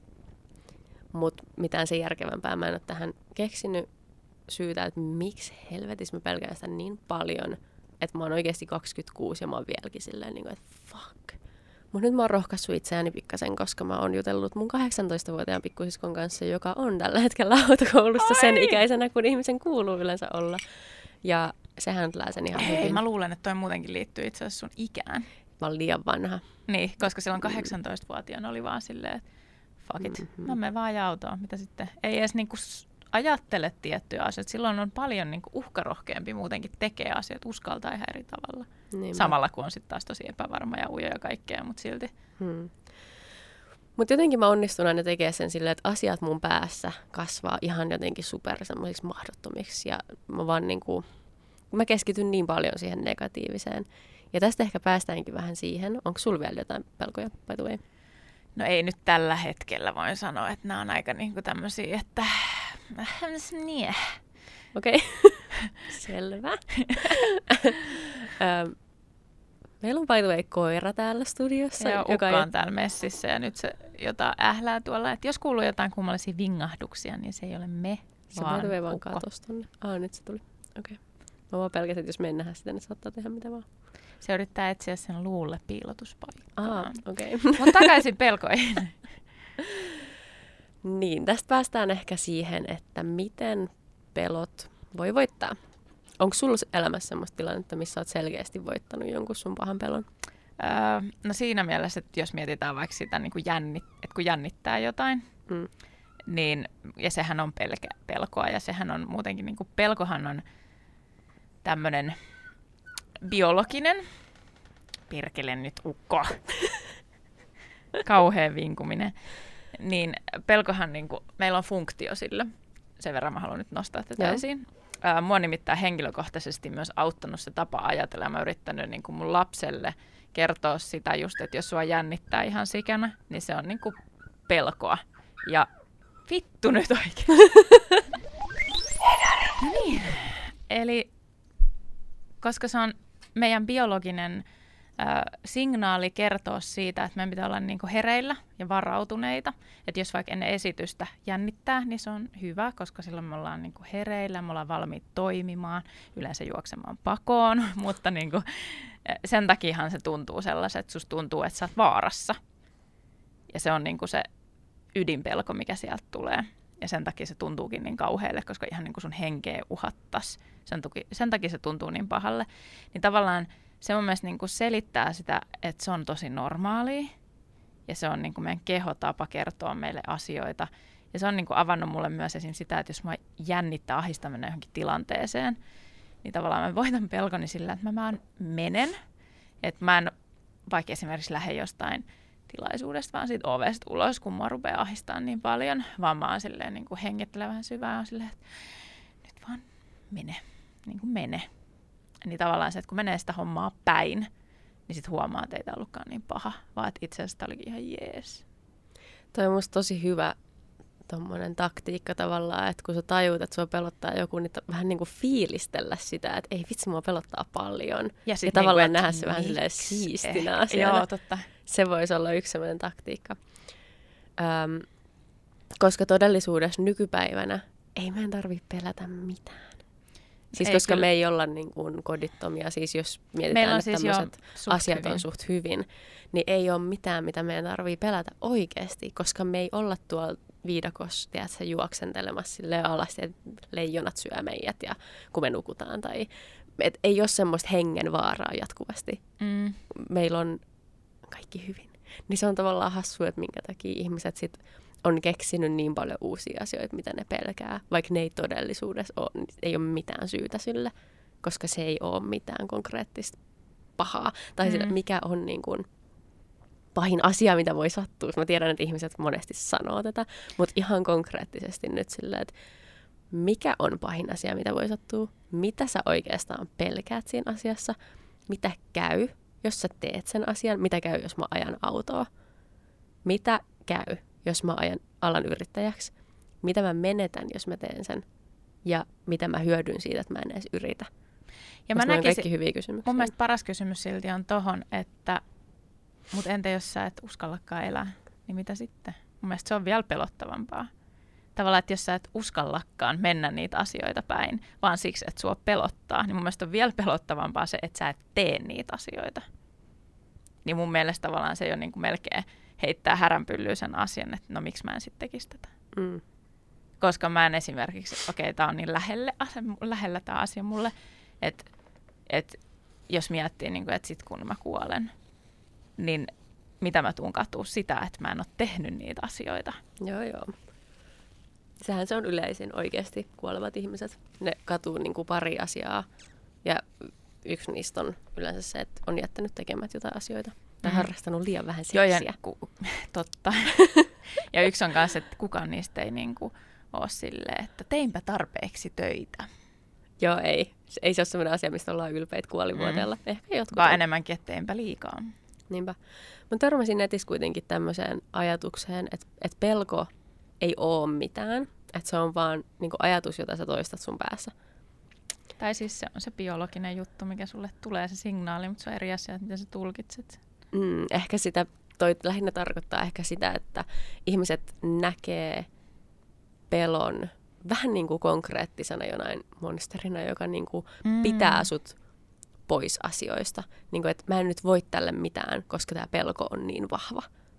Mutta mitään se järkevämpää mä en ole tähän keksinyt syytä, että miksi helvetissä mä pelkään sitä niin paljon, että mä oon oikeasti kaksikymmentäkuusi ja mä oon vieläkin silleen, että fuck. Mutta nyt mä oon rohkaissut itseäni pikkasen, koska mä oon jutellut mun kahdeksantoistavuotiaan pikkusiskon kanssa, joka on tällä hetkellä autokoulussa Ai. sen ikäisenä, kun ihmisen kuuluu yleensä olla. Ja sehän handlää sen ihan Hei, hyvin. Mä luulen, että toi muutenkin liittyy itse asiassa sun ikään. Mä oon liian vanha. Niin, koska silloin kahdeksantoistavuotiaana oli vaan silleen, että fuck it, mm-hmm. mä menen vaan autoon. Mitä sitten? Ei edes niinku ajattele tiettyjä asioita. Silloin on paljon niinku uhkarohkeampi muutenkin tekee asioita, uskaltaa ihan eri tavalla. Niin Samalla kun on sitten taas tosi epävarma ja ujo ja kaikkea, mutta silti. Hmm. Mutta jotenkin mä onnistun aina tekemään sen silleen, että asiat mun päässä kasvaa ihan jotenkin super semmoisiksi mahdottomiksi. Ja mä vaan niinku, mä keskityn niin paljon siihen negatiiviseen. Ja tästä ehkä päästäänkin vähän siihen. Onko sulla vielä jotain pelkoja, by the way? No ei nyt tällä hetkellä voin sanoa, että nämä on aika niinku tämmöisiä, että nie. Okei, selvä. Meillä on by the way koira täällä studiossa. Ja joka on täällä messissä ja nyt se jotain ählää tuolla. Että jos kuuluu jotain kummallisia vingahduksia, niin se ei ole me, se vaan by the way vaan katos tonne. Aa, nyt se tuli. Okei. Okay. Mä vaan pelkäsin, että jos me ei nähdä sitä, niin saattaa tehdä mitä vaan. Se yrittää etsiä sen luulle piilotuspaikkaa. Aa, okei. Okay. Mutta takaisin pelkoihin. Niin, tästä päästään ehkä siihen, että miten pelot voi voittaa. Onko sulla elämässä sellaista tilannetta, missä olet selkeästi voittanut jonkun sun pahan pelon? Öö, no siinä mielessä, että jos mietitään vaikka sitä, niin kuin jännit, että kun jännittää jotain, mm. niin, ja sehän on pelkä, pelkoa, ja sehän on muutenkin, niin kuin pelkohan on tämmöinen biologinen, perkele nyt ukko, kauhea vinkuminen. Niin pelkohan, niin kuin, meillä on funktio sillä. Sen verran mä haluan nyt nostaa tätä Joo. esiin. Ää, mua nimittäin henkilökohtaisesti myös auttanut se tapa ajatella. Mä oon yrittänyt niin kuin mun lapselle kertoa sitä just, että jos sua jännittää ihan sikana, niin se on niin kuin pelkoa. Ja vittu nyt oikein. No niin. Eli koska se on meidän biologinen äh, signaali kertoa siitä, että meidän pitää olla niinku hereillä ja varautuneita. Että jos vaikka ennen esitystä jännittää, niin se on hyvä, koska silloin me ollaan niinku hereillä, me ollaan valmiit toimimaan, yleensä juoksemaan pakoon, mutta niinku, sen takiahan se tuntuu sellaiset, että susta tuntuu, että sä oot vaarassa. Ja se on niinku se ydinpelko, mikä sieltä tulee. Ja sen takia se tuntuukin niin kauhealle, koska ihan niin kuin sun henkeä uhattas. Sen, tuki, sen takia se tuntuu niin pahalle. Niin tavallaan se mun mielestä niin kuin selittää sitä, että se on tosi normaalia. Ja se on niin kuin meidän kehotapa kertoa meille asioita. Ja se on niin kuin avannut mulle myös esim. Sitä, että jos mä jännittää ahdistaa mennä johonkin tilanteeseen, niin tavallaan mä voitan pelkoni sillä, että mä vaan menen. Että mä en vaikka esimerkiksi lähde jostain tilaisuudesta vaan siitä ovesta ulos, kun mua rupeaa ahistamaan niin paljon, vaan mä oon silleen niin kuin hengittelen vähän syvää, on silleen, että nyt vaan mene, niin kuin mene. Niin tavallaan se, että kun menee sitä hommaa päin, niin sit huomaa, että ei tää ollutkaan niin paha, vaan että itse asiassa tää olikin ihan jees. Toi on musta tosi hyvä tommonen taktiikka tavallaan, että kun sä tajuut, että sua pelottaa joku, niin vähän niin kuin fiilistellä sitä, että ei vitsi, mua pelottaa paljon. Ja, ja tavallaan niin nähdä se vähän silleen siistinä asiana. Joo, totta. Se voisi olla yksi sellainen taktiikka. Öm, koska todellisuudessa nykypäivänä ei meidän tarvitse pelätä mitään. Siis ei, koska kyllä. me ei olla niin kuin kodittomia, siis jos mietitään, että siis tämmöiset asiat hyvin. on suht hyvin, niin ei ole mitään, mitä meidän tarvitsee pelätä oikeasti, koska me ei olla tuolla viidakossa, tiedätkö, juoksentelemassa silleen alasti, että leijonat syö meidät ja kun me nukutaan. Tai, et ei ole semmoista hengen vaaraa jatkuvasti. Mm. Meillä on kaikki hyvin. Niin se on tavallaan hassua, että minkä takia ihmiset sit on keksinyt niin paljon uusia asioita, mitä ne pelkää. Vaikka ne ei todellisuudessa ole, niin ei ole mitään syytä sille, koska se ei ole mitään konkreettista pahaa. Tai mm. sille, mikä on niin kuin pahin asia, mitä voi sattua. Mä tiedän, että ihmiset monesti sanoo tätä, mutta ihan konkreettisesti nyt silleen, että mikä on pahin asia, mitä voi sattua? Mitä sä oikeastaan pelkäät siinä asiassa? Mitä käy, jos sä teet sen asian? Mitä käy, jos mä ajan autoa? Mitä käy, jos mä ajan alan yrittäjäksi? Mitä mä menetän, jos mä teen sen? Ja mitä mä hyödyn siitä, että mä en edes yritä? Ja mä näkisin, kaikki hyviä kysymyksiä. Mun mielestä paras kysymys silti on tohon, että mutta entä jos sä et uskallakaan elää, niin mitä sitten? Mun mielestä se on vielä pelottavampaa. Tavallaan, että jos sä et uskallakaan mennä niitä asioita päin, vaan siksi, että sua pelottaa, niin mun mielestä on vielä pelottavampaa se, että sä et tee niitä asioita. Niin mun mielestä tavallaan se jo niin kuin melkein heittää häränpyllyyn sen asian, että no miksi mä en sitten tekisi tätä. Mm. Koska mä en esimerkiksi, okei, okay, tää on niin lähellä, lähellä tää asia mulle, että, että jos miettii, niin kuin, että sit kun mä kuolen, niin mitä mä tuun katua sitä, että mä en ole tehnyt niitä asioita. Joo, joo. Sehän se on yleisin oikeasti kuolevat ihmiset. Ne katuu niin kuin pari asiaa ja yksi niistä on yleensä se, että on jättänyt tekemät jotain asioita. Tai mm. harrastanut liian vähän seksiä. Joo, ja ku, totta. Ja yksi on kanssa, että kukaan niistä ei niin kuin ole silleen, että teinpä tarpeeksi töitä. Joo, ei. Ei se ole sellainen asia, mistä ollaan ylpeitä kuolivuoteella. Mm. Ehkä jotkut vaan on. Enemmänkin, että teinpä liikaa. Niinpä. Mä törmäsin netissä kuitenkin tämmöiseen ajatukseen, että, että pelko ei ole mitään. Että se on vaan niin kuin ajatus, jota sä toistat sun päässä. Tai siis se on se biologinen juttu, mikä sulle tulee, se signaali, mutta se on eri asia, miten sä tulkitset. Mm, ehkä sitä, toi lähinnä tarkoittaa ehkä sitä, että ihmiset näkee pelon vähän niin kuin konkreettisena jonain monsterina, joka niin kuin mm. pitää sut pois asioista. Niin kuin, että mä en nyt voi tälle mitään, koska tämä pelko on niin vahva.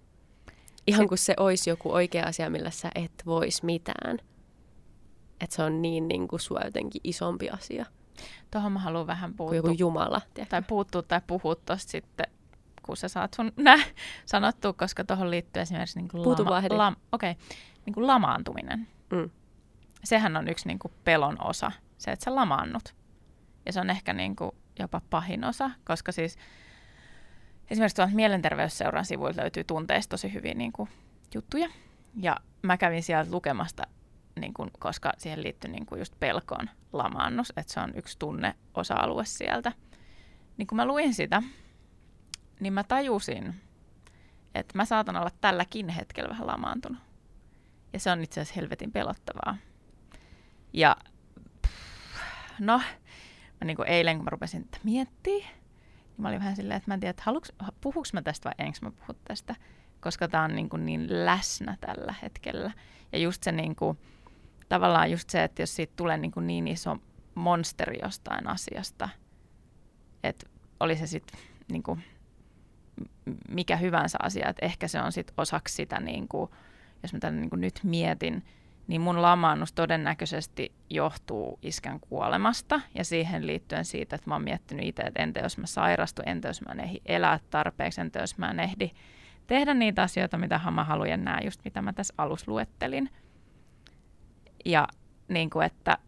Ihan se, kuin se olisi joku oikea asia, millä sä et vois mitään. Että se on niin, niin kuin sua jotenkin isompi asia. Tuohon mä haluan vähän puuttua. Kuin joku jumala. Tiedätkö? Tai puuttua tai puhua tuosta sitten, kun sä saat sun nä sanottua, koska tuohon liittyy esimerkiksi niin kuin lama, lam, okay, niin kuin lamaantuminen. Mm. Sehän on yksi niin kuin pelon osa, se, että sä lamaannut. Ja se on ehkä niin kuin jopa pahin osa, koska siis esimerkiksi tuolta Mielenterveysseuran sivuilta löytyy tunteista tosi hyviä niin kuin, juttuja. Ja mä kävin sieltä lukemasta, niin kuin, koska siihen liittyy niin kuin just pelkoon lamaannus, että se on yksi tunneosa-alue sieltä. Niin kun mä luin sitä, niin mä tajusin, että mä saatan olla tälläkin hetkellä vähän lamaantunut. Ja se on itse asiassa helvetin pelottavaa. Ja no, mä niin kuin eilen kun mä rupesin että miettimään, niin mä olin vähän silleen, että mä en tiedä, että haluuks, puhuuks mä tästä vai enkö mä puhu tästä, koska tää on niin, kuin niin läsnä tällä hetkellä. Ja just se niin kuin, tavallaan just se, että jos siitä tulee niin, kuin niin iso monsteri jostain asiasta, että oli se sitten niin kuin mikä hyvänsä asia, että ehkä se on sitten osaksi sitä, niin kuin, jos mä tämän niin kuin nyt mietin, niin mun lamaannus todennäköisesti johtuu iskän kuolemasta ja siihen liittyen siitä, että mä oon miettinyt itse, että entä jos mä sairastun, entä jos mä en ehdi elää tarpeeksi, entä jos mä en ehdi tehdä niitä asioita, mitä mä haluan ja nää just mitä mä tässä alussa luettelin. Ja niin kuin, että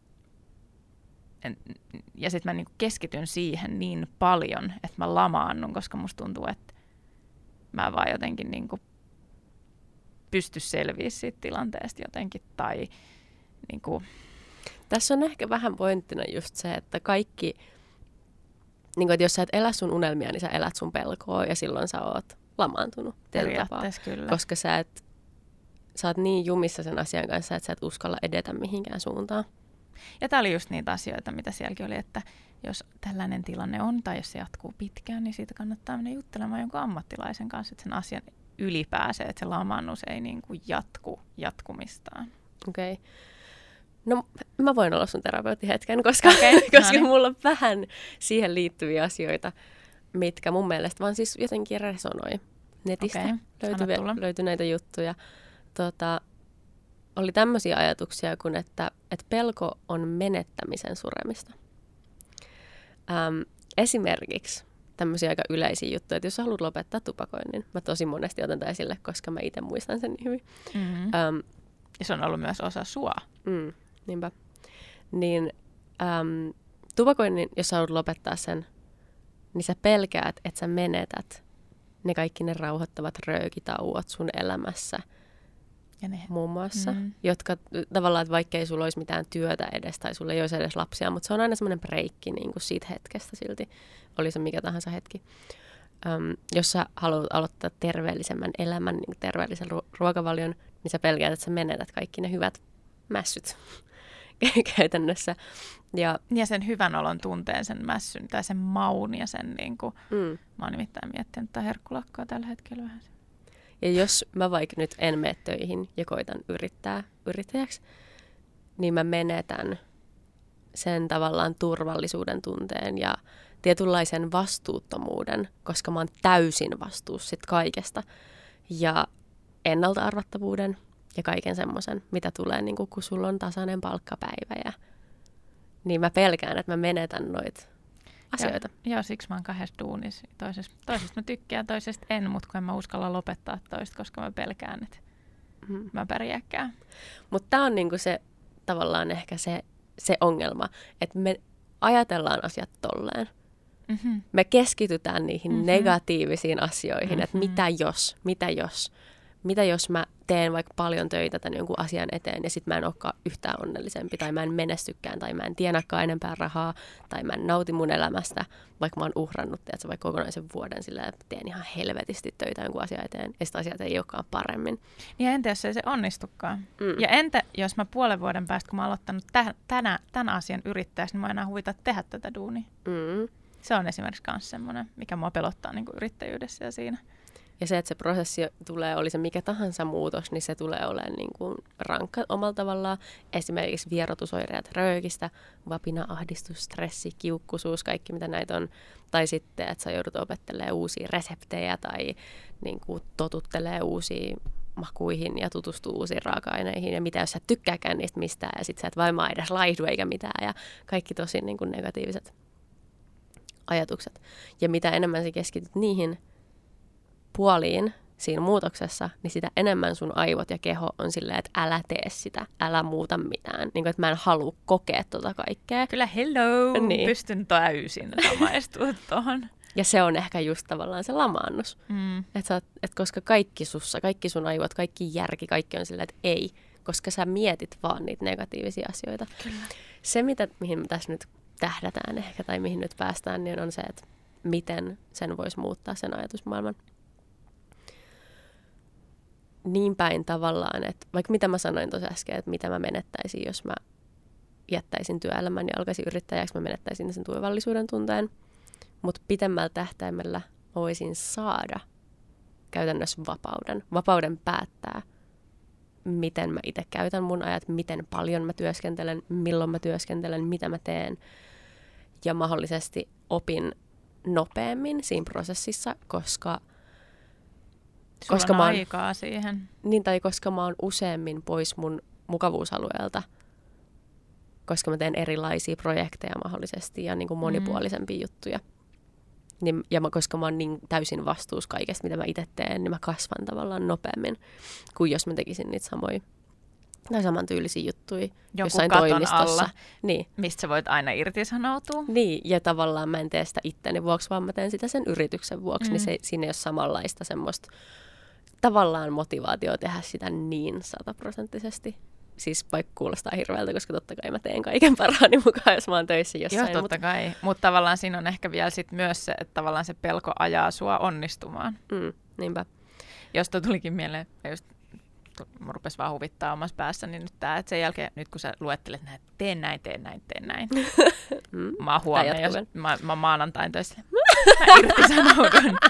ja sitten mä niin kuin keskityn siihen niin paljon, että mä lamaannun, koska musta tuntuu, että mä vaan jotenkin niin kuin pysty selviä siitä tilanteesta jotenkin. Tai, niin kuin. Tässä on ehkä vähän pointtina just se, että kaikki, niin kuin, että jos sä et elä sun unelmia, niin sä elät sun pelkoa ja silloin sä oot lamaantunut. Periaatteessa kyllä. Koska sä, et, sä oot niin jumissa sen asian kanssa, että sä et uskalla edetä mihinkään suuntaan. Ja tämä oli just niitä asioita, mitä sielläkin oli, että jos tällainen tilanne on tai jos se jatkuu pitkään, niin siitä kannattaa mennä juttelemaan jonkun ammattilaisen kanssa, että sen asian yli pääsee, että se lamaannus ei niin kuin jatku jatkumistaan. Okei. Okay. No mä voin olla sun terapeutti hetken, koska, okay, koska no niin. mulla on vähän siihen liittyviä asioita, mitkä mun mielestä vaan siis jotenkin resonoi netistä. Okay, löytyy, löytyy näitä juttuja. Tota, oli tämmöisiä ajatuksia kuin, että, että pelko on menettämisen suremista. Ähm, esimerkiksi tämmöisiä aika yleisiä juttuja, että jos sä haluat lopettaa tupakoinnin, mä tosi monesti otan tämän esille, koska mä itse muistan sen hyvin. Mm-hmm. Ähm, ja se on ollut myös osa sua. Mm, niinpä. Niin ähm, tupakoinnin, jos sä haluat lopettaa sen, niin sä pelkäät, että sä menetät ne kaikki ne rauhoittavat röökitauot sun elämässä. Ja ne. Muun muassa, mm. jotka tavallaan, että vaikka ei sulla olisi mitään työtä edes tai sulla ei olisi edes lapsia, mutta se on aina semmoinen breikki niin kuin siitä hetkestä silti, oli se mikä tahansa hetki. Öm, jos sä haluat aloittaa terveellisemmän elämän, niin terveellisen ru- ruokavalion, niin sä pelkäät, että sä menetät kaikki ne hyvät mässyt käytännössä. Ja, ja sen hyvän olon tunteen, sen mässyn tai sen maun ja sen, niin kuin, mm. mä oon nimittäin miettinyt tätä herkkulakkoa tällä hetkellä vähän. Ja jos mä vaikka nyt en mene töihin ja koitan yrittää yrittäjäksi, niin mä menetän sen tavallaan turvallisuuden tunteen ja tietynlaisen vastuuttomuuden, koska mä oon täysin vastuussa sit kaikesta. Ja ennalta-arvattavuuden ja kaiken semmoisen, mitä tulee, niin kun sulla on tasainen palkkapäivä. Ja, niin mä pelkään, että mä menetän noita asioita. Joo, joo, siksi mä oon kahdessa duunissa. Toisesta, toisesta mä tykkään, toisesta en, mutta kun en mä uskalla lopettaa toista, koska mä pelkään, että hmm. mä pärjääkään. Mutta tää on niinku se tavallaan ehkä se, se ongelma, että me ajatellaan asiat tolleen. Mm-hmm. Me keskitytään niihin mm-hmm. negatiivisiin asioihin, mm-hmm. että mitä jos, mitä jos, mitä jos mä teen vaikka paljon töitä tämän jonkun asian eteen ja sitten mä en olekaan yhtään onnellisempi tai mä en menestykään tai mä en tienaakaan enempää rahaa tai mä en nauti mun elämästä, vaikka mä oon uhrannut tiedätkö, vaikka kokonaisen vuoden sillä, että teen ihan helvetisti töitä jonkun asian eteen ja sitten asiat ei olekaan paremmin. Ja entä jos ei se onnistukaan? Mm. Ja entä jos mä puolen vuoden päästä, kun mä oon aloittanut täh, tänä, tämän asian yrittäjäksi, niin mä enää huvita tehdä tätä duunia. Mm. Se on esimerkiksi myös semmoinen, mikä mua pelottaa niin kuin yrittäjyydessä ja siinä. Ja se, että se prosessi tulee, oli se mikä tahansa muutos, niin se tulee olemaan niin kuin rankka omalla tavallaan. Esimerkiksi vierotusoireet röökistä, vapina, ahdistus, stressi, kiukkuisuus, kaikki mitä näitä on. Tai sitten, että sä joudut opettelemaan uusia reseptejä tai niin kuin totuttelee uusiin makuihin ja tutustuu uusiin raaka-aineihin. Ja mitä jos sä et tykkääkään niistä mistään ja sit sä et vaimaa edes laihdu eikä mitään. Ja kaikki tosi niin kuin negatiiviset ajatukset. Ja mitä enemmän sä keskityt niihin puoliin siinä muutoksessa, niin sitä enemmän sun aivot ja keho on silleen, että älä tee sitä, älä muuta mitään. Niin kuin, että mä en halua kokea tota kaikkea. Kyllä hello, niin. Pystyn täysin samaistua tuohon. Ja se on ehkä just tavallaan se lamaannus. Mm. Että et koska kaikki sussa, kaikki sun aivot, kaikki järki, kaikki on sillä, että ei. Koska sä mietit vaan niitä negatiivisia asioita. Kyllä. Se, mitä, mihin me tässä nyt tähdätään ehkä, tai mihin nyt päästään, niin on se, että miten sen voisi muuttaa sen ajatusmaailman. Niin päin tavallaan, että vaikka mitä mä sanoin tuossa äsken, että mitä mä menettäisin, jos mä jättäisin työelämän ja alkaisin yrittäjäksi, mä menettäisin sen turvallisuuden tunteen. Mutta pitemmällä tähtäimellä voisin saada käytännössä vapauden. Vapauden päättää, miten mä itse käytän mun ajat, miten paljon mä työskentelen, milloin mä työskentelen, mitä mä teen. Ja mahdollisesti opin nopeammin siinä prosessissa, koska... Sulla koska on mä oon, aikaa siihen. Niin, tai koska mä oon useammin pois mun mukavuusalueelta, koska mä teen erilaisia projekteja mahdollisesti ja niin kuin monipuolisempia mm. juttuja. Niin, ja mä, koska mä oon niin täysin vastuussa kaikesta, mitä mä itse teen, niin mä kasvan tavallaan nopeammin kuin jos mä tekisin niitä samoja tai samantyylisiä juttuja jonkun jossain katon toimistossa. alla, niin. mistä sä voit aina irtisanoutua. Niin, ja tavallaan mä en tee sitä itteni vuoksi, vaan mä teen sitä sen yrityksen vuoksi, mm. niin se, siinä ei ole samanlaista semmoista tavallaan motivaatio tehdä sitä niin sataprosenttisesti. Siis vaikka kuulostaa hirveältä, koska totta kai mä teen kaiken parhaani mukaan, jos mä oon töissä jossain. Joo, totta mut... kai. Mutta tavallaan siinä on ehkä vielä sit myös se, että tavallaan se pelko ajaa sua onnistumaan. Mm, niinpä. Josta tulikin mieleen, just mun rupesi vaan huvittaa omassa päässäni niin nyt tää, että sen jälkeen, nyt kun sä luettelet näin, teen näin, teen näin, teen näin. mm. Mä oon huomenna, jos mä, mä maanantain töissä. Mä irtisanoudun.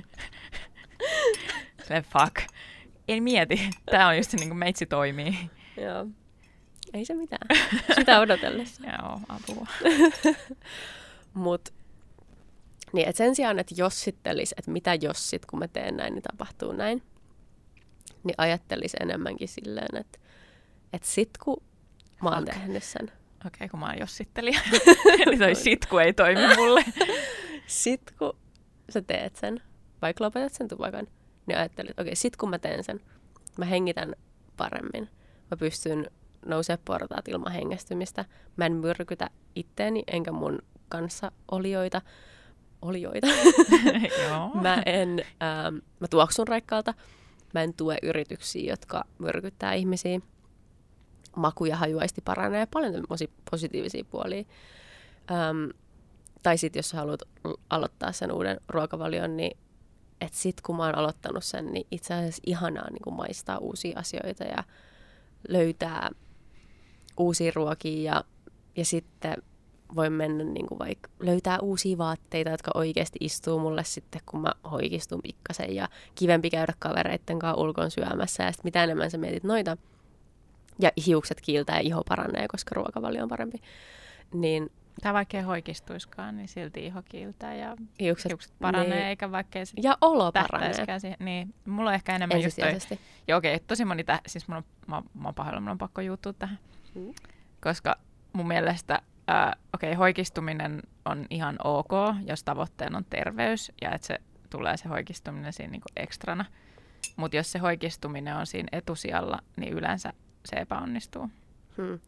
Silleen fuck. En mieti. Tää on just se, niin kuin meitsi toimii. Joo. Ei se mitään. Sitä odotellessa. Joo, apua. Mut niin, et sen sijaan, että jossittelis, että mitä jos sit, kun mä teen näin, niin tapahtuu näin, niin ajattelis enemmänkin silleen, että et sit kun mä oon okay. tehnyt sen. Okei, okay, kun mä oon jossittelija. Eli toi sit kun ei toimi mulle. Sit kun sä teet sen, vaikka lopetat sen tupakan, niin ajattelit, että okei, okay, sit kun mä teen sen, mä hengitän paremmin. Mä pystyn nousemaan portaat ilman hengästymistä. Mä en myrkytä itteeni, enkä mun kanssa olioita. Olioita. mä en, ähm, mä tuoksun raikkaalta. Mä en tue yrityksiä, jotka myrkyttää ihmisiä. Maku ja hajuaisti paranee. Paljon positiivisia puolia. Ähm, tai sit jos sä haluat aloittaa sen uuden ruokavalion, niin et sit kun mä oon aloittanut sen, niin itse asiassa ihanaa niin kun maistaa uusia asioita ja löytää uusia ruokia ja, ja sitten voi mennä niin kuin vaikka löytää uusia vaatteita, jotka oikeasti istuu mulle sitten, kun mä hoikistun pikkasen ja kivempi käydä kavereitten kanssa ulkon syömässä ja sitten mitä enemmän sä mietit noita ja hiukset kiiltää ja iho paranee, koska ruokavalio on parempi, niin tai vaikka ei hoikistuiskaan, niin silti iho kiiltää ja hiukset, hiukset paranee, niin, eikä vaikka ei ja olo paranee. Siihen. Niin, mulla on ehkä enemmän just toi. Ja okei, tosi moni, tä- siis mun on, mä, mä oon pahoilla, mun on pakko juuttua tähän. Mm. Koska mun mielestä, äh, okei, hoikistuminen on ihan ok, jos tavoitteena on terveys ja että se tulee se hoikistuminen siinä niinku ekstrana. Mutta jos se hoikistuminen on siinä etusijalla, niin yleensä se epäonnistuu. Hmm.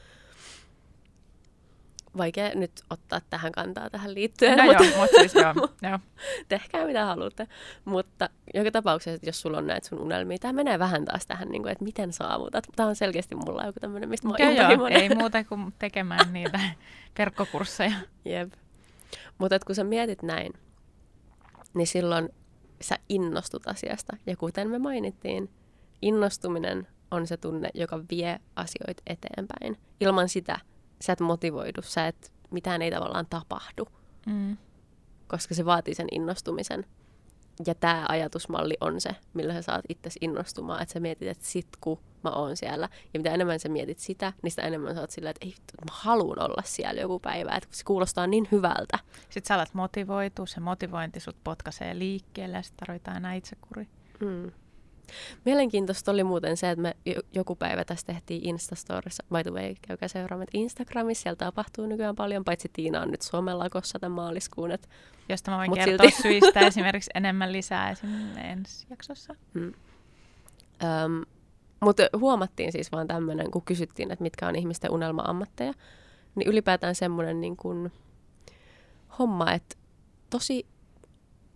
Vaikea nyt ottaa tähän kantaa tähän liittyen. No mutta, joo, mutta siis joo. joo. Tehkää mitä haluatte. Mutta joka tapauksessa, jos sulla on näitä sun unelmia, tämä menee vähän taas tähän, niin kuin, että miten saavutat. Tämä on selkeästi mulla joku tämmöinen, mistä mä oon intohimoinen. Ei muuta kuin tekemään niitä verkkokursseja. Jep. Mutta kun sä mietit näin, niin silloin sä innostut asiasta. Ja kuten me mainittiin, innostuminen on se tunne, joka vie asioita eteenpäin. Ilman sitä sä et motivoidu, sä et, mitään ei tavallaan tapahdu, mm. koska se vaatii sen innostumisen. Ja tämä ajatusmalli on se, millä sä saat itsesi innostumaan, että sä mietit, että sit kun mä oon siellä. Ja mitä enemmän sä mietit sitä, niin sitä enemmän sä oot sillä, että ei, mä haluan olla siellä joku päivä, että se kuulostaa niin hyvältä. Sitten sä alat motivoitua, se motivointi sut potkaisee liikkeelle ja sitten tarvitaan enää itsekuri. Mm. Mielenkiintoista oli muuten se, että me joku päivä tässä tehtiin Instastorissa. By the way, käykää seuraamaan Instagramissa. Siellä tapahtuu nykyään paljon, paitsi Tiina on nyt Suomen lakossa tämän maaliskuun. Et, josta mä voin kertoa silti syistä esimerkiksi enemmän lisää esimerkiksi ensi jaksossa. Hmm. Um, mutta huomattiin siis vaan tämmöinen, kun kysyttiin, että mitkä on ihmisten unelma-ammatteja, niin ylipäätään semmoinen niin kuin homma, että tosi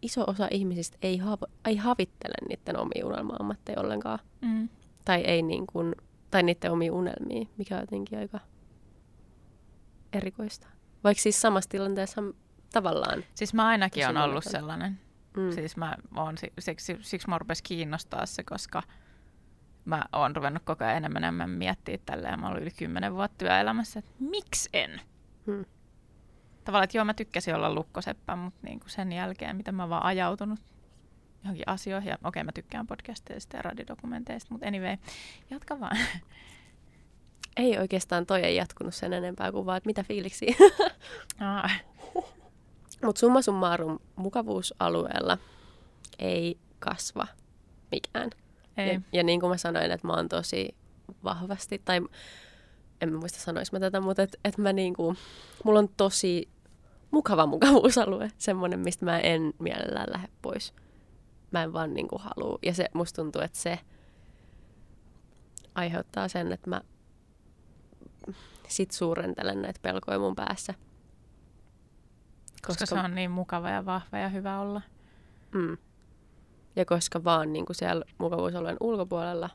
iso osa ihmisistä ei, haavo, ei havittele niiden omia unelma-ammatteja ollenkaan. Mm. Tai ei niin kuin, tai niiden omia unelmia, mikä on jotenkin aika erikoista. Vaikka siis samassa tilanteessa tavallaan. Siis mä ainakin on ollut moneton. sellainen. Mm. Siis mä oon, siksi, siksi mä rupesi kiinnostaa se, koska mä oon ruvennut koko ajan enemmän enemmän miettiä tälleen. Mä oon ollut yli kymmenen vuotta työelämässä, että miksi en? Hmm. Tavallaan, että joo, mä tykkäsin olla lukkoseppä, mutta niinku sen jälkeen, mitä mä vaan ajautunut johonkin asioihin. Ja okei, okay, mä tykkään podcasteista ja radiodokumenteista, mutta anyway, jatka vaan. Ei oikeastaan toi ei jatkunut sen enempää kuin vaan, että mitä fiiliksiä. Ah. Mutta summa summarum, mukavuusalueella ei kasva mikään. Ei. Ja, ja niin kuin mä sanoin, että mä oon tosi vahvasti, tai en mä muista sanois mä tätä, mutta että et mä niinku, mulla on tosi mukava mukavuusalue, semmoinen, mistä mä en mielellään lähde pois. Mä en vaan niinku halua. Ja se, musta tuntuu, että se aiheuttaa sen, että mä sit suurentelen näitä pelkoja mun päässä. Koska, koska se on niin mukava ja vahva ja hyvä olla. Mm. Ja koska vaan niin kuin siellä mukavuusalueen ulkopuolella,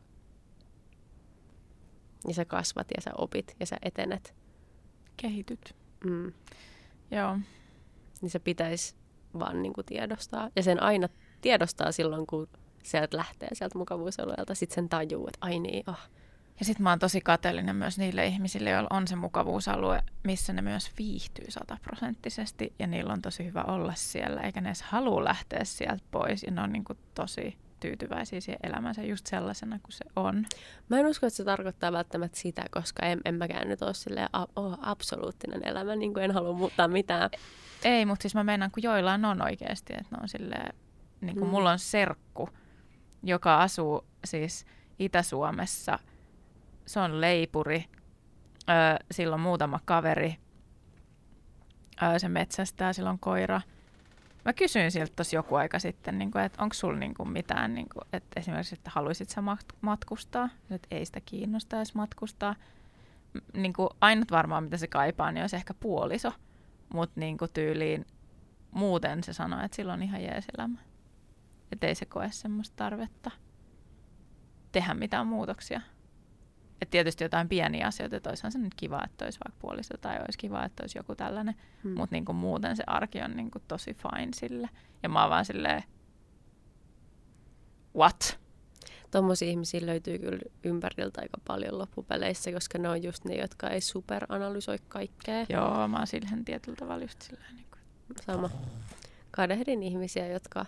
niin sä kasvat ja sä opit ja sä etenet. Kehityt. Mm. Joo. Niin se pitäisi vaan niin kuin tiedostaa. Ja sen aina tiedostaa silloin, kun sieltä lähtee sieltä mukavuusalueelta. Sitten sen tajuu, että ai niin, oh. Ja sitten mä oon tosi kateellinen myös niille ihmisille, joilla on se mukavuusalue, missä ne myös viihtyy sataprosenttisesti. Ja niillä on tosi hyvä olla siellä, eikä ne edes halua lähteä sieltä pois. Ja ne on niin kuin tosi tyytyväisiä siihen elämänsä just sellaisena kuin se on. Mä en usko, että se tarkoittaa välttämättä sitä, koska en, en mäkään nyt ole silleen a, oh, absoluuttinen elämä, niin kuin en halua muuttaa mitään. Ei, mutta siis mä meinaan, kun joillain on oikeasti, että ne on silleen, niin kuin mm. mulla on serkku, joka asuu siis Itä-Suomessa. Se on leipuri, öö, sillä on muutama kaveri, öö, se metsästää, sillä on koira. Mä kysyin siltä tossa joku aika sitten, niin kuin, että onko sulla niin kuin mitään, niin kuin, että esimerkiksi, että haluaisit sä matkustaa, että ei sitä kiinnosta edes matkustaa. Niin kuin, ainut varmaan, mitä se kaipaa, niin olisi ehkä puoliso, mutta niin kuin tyyliin muuten se sanoo, että sillä on ihan jees elämä. Että ei se koe semmoista tarvetta tehdä mitään muutoksia. Että tietysti jotain pieniä asioita, että olisihan se nyt kiva, että olisi vaikka puoliso tai olisi kiva, että olisi joku tällainen. Hmm. Mutta niinku muuten se arki on niinku tosi fine sille. Ja mä oon vaan silleen, what? Tuommoisia ihmisiä löytyy kyllä ympäriltä aika paljon loppupeleissä, koska ne on just ne, jotka ei superanalysoi kaikkea. Joo, mä oon silleen tietyllä tavalla just silleen. Niin kuin. Sama. Kadehdin ihmisiä, jotka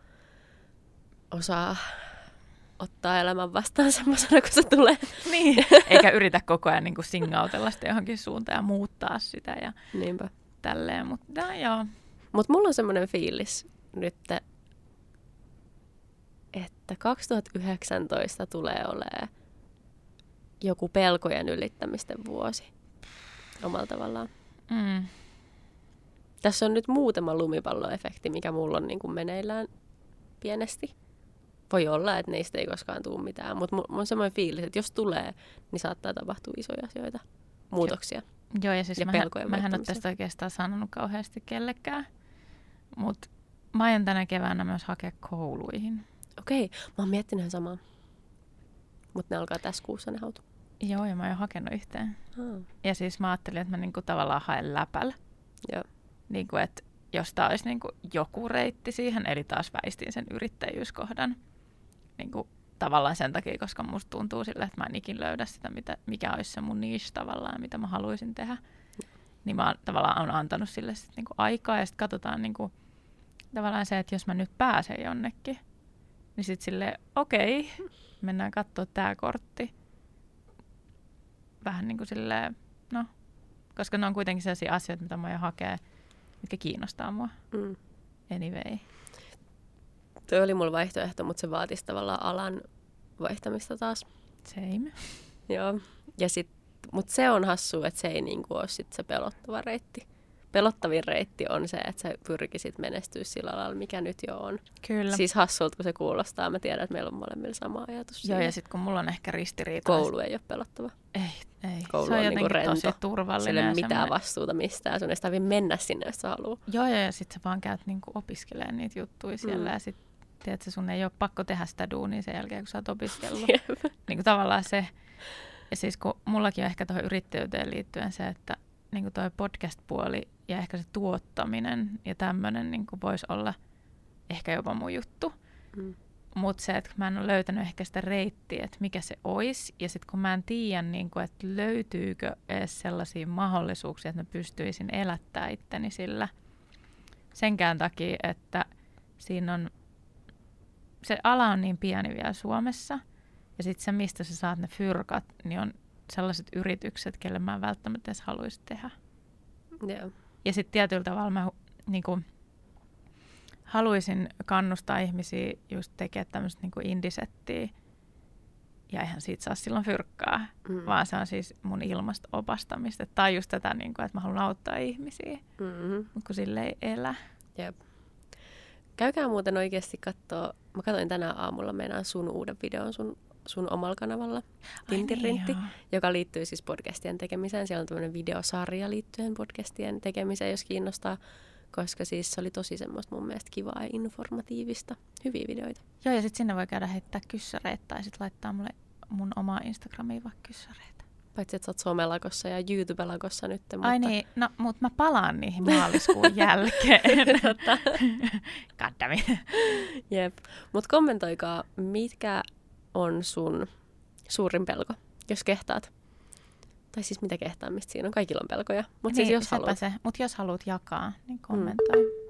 osaa ottaa elämän vastaan semmoisena, kun se tulee. Niin, eikä yritä koko ajan niin kuin singautella sitä johonkin suuntaan ja muuttaa sitä ja niinpä. Tälleen, mutta no, joo. Mut mulla on semmoinen fiilis nyt, että kaksituhattayhdeksäntoista tulee olemaan joku pelkojen ylittämisten vuosi omalla tavallaan. Mm. Tässä on nyt muutama lumipalloefekti, mikä mulla on niin kuin meneillään pienesti. Voi olla, että neistä ei koskaan tule mitään, mutta mulla on semmoinen fiilis, että jos tulee, niin saattaa tapahtua isoja asioita, muutoksia. Joo, ja siis ja mähän, mähän ole tästä oikeastaan sanonut kauheasti kellekään, mutta mä aion tänä keväänä myös hakea kouluihin. Okei, mä oon miettinyt ihan samaa, mutta ne alkaa tässä kuussa ne hautu. Joo, ja mä oon jo hakenut yhteen. Hmm. Ja siis mä ajattelin, että mä niinku tavallaan haen läpällä. Joo. Niinku, että jos tää olisi niinku joku reitti siihen, eli taas väistin sen yrittäjyyskohdan. Niinku, tavallaan sen takia, koska musta tuntuu sille, että mä en ikin löydä sitä, mitä, mikä olisi se mun niche tavallaan, mitä mä haluaisin tehdä. Niin mä oon, tavallaan on antanut sille sit niinku aikaa ja sitten katsotaan niinku, tavallaan se, että jos mä nyt pääsen jonnekin, niin sitten silleen, okei, okay, mennään katsoa tää kortti. Vähän niin kuin silleen, no, koska ne on kuitenkin sellaisia asioita, mitä mä aion hakea, mitkä kiinnostaa mua. Mm. Anyway. Tuo oli mulla vaihtoehto, mutta se vaatisi tavallaan alan vaihtamista taas. Same. Joo. Ja sit, mutta se on hassua, että se ei niinku ole sit se pelottava reitti. pelottavin reitti on se, että sä pyrkisit menestyä sillä lailla, mikä nyt jo on. Kyllä. Siis hassulta, kun se kuulostaa. Mä tiedän, että meillä on molemmilla sama ajatus. Joo, siinä. ja sitten kun mulla on ehkä ristiriita. Koulu ei ole pelottava. Ei, ei. Koulu se on, on jotenkin niinku rento. tosi turvallinen. Sillä ei ole mitään semmoinen... vastuuta mistään. Sun ei tarvitse mennä sinne, jos sä haluaa. Joo, ja, ja sitten sä vaan käyt niinku opiskelemaan niitä juttuja siellä. Mm. Ja sitten tiedätkö, sun ei ole pakko tehdä sitä duunia sen jälkeen, kun sä oot opiskellut. Niin kuin tavallaan se. Ja siis kun mullakin on ehkä tuohon yrittäjyyteen liittyen se, että niin kuin toi podcast-puoli ja ehkä se tuottaminen ja tämmöinen niin kuin voisi olla ehkä jopa mun juttu. Mm. Mutta se, että mä en ole löytänyt ehkä sitä reittiä, että mikä se olisi. Ja sitten kun mä en tiedä, niin kuin, että löytyykö edes sellaisia mahdollisuuksia, että mä pystyisin elättää itteni sillä. Senkään takia, että siinä on, se ala on niin pieni vielä Suomessa. Ja sitten se, mistä sä saat ne fyrkat, niin on sellaiset yritykset, kelle mä en välttämättä edes haluaisi tehdä. Yeah. Ja sitten tietyllä tavalla mä niin kuin, haluaisin kannustaa ihmisiä just tekemään tämmöistä niin indisettiä. Ja eihän siitä saa silloin fyrkkaa, mm. vaan se on siis mun ilmasta opastamista. Tai just tätä, niin kuin, että mä haluan auttaa ihmisiä, mm-hmm. mutta kun sille ei elä. Jep. Käykää muuten oikeasti katsoa. Mä katsoin tänään aamulla meidän sun uuden videon sun, sun omalla kanavalla, Tintirintti, niin, joka liittyy siis podcastien tekemiseen. Siellä on tämmöinen videosarja liittyen podcastien tekemiseen, jos kiinnostaa, koska siis se oli tosi semmoista mun mielestä kivaa ja informatiivista. Hyviä videoita. Joo, ja sitten sinne voi käydä heittää kyssäreitä tai sitten laittaa mulle mun omaa Instagramiin vaikka kyssäreitä. Paitsi, että sä oot somelakossa ja YouTube-lakossa nyt. Mutta... Ai niin, no, mutta mä palaan niihin maaliskuun jälkeen. Goddammit. Jep. Mutta kommentoikaa, mitkä on sun suurin pelko, jos kehtaat. Tai siis mitä kehtaamista siinä on. Kaikilla on pelkoja. Mutta niin, siis jos haluat. se. Mut jos haluat jakaa, niin kommentoi. Mm.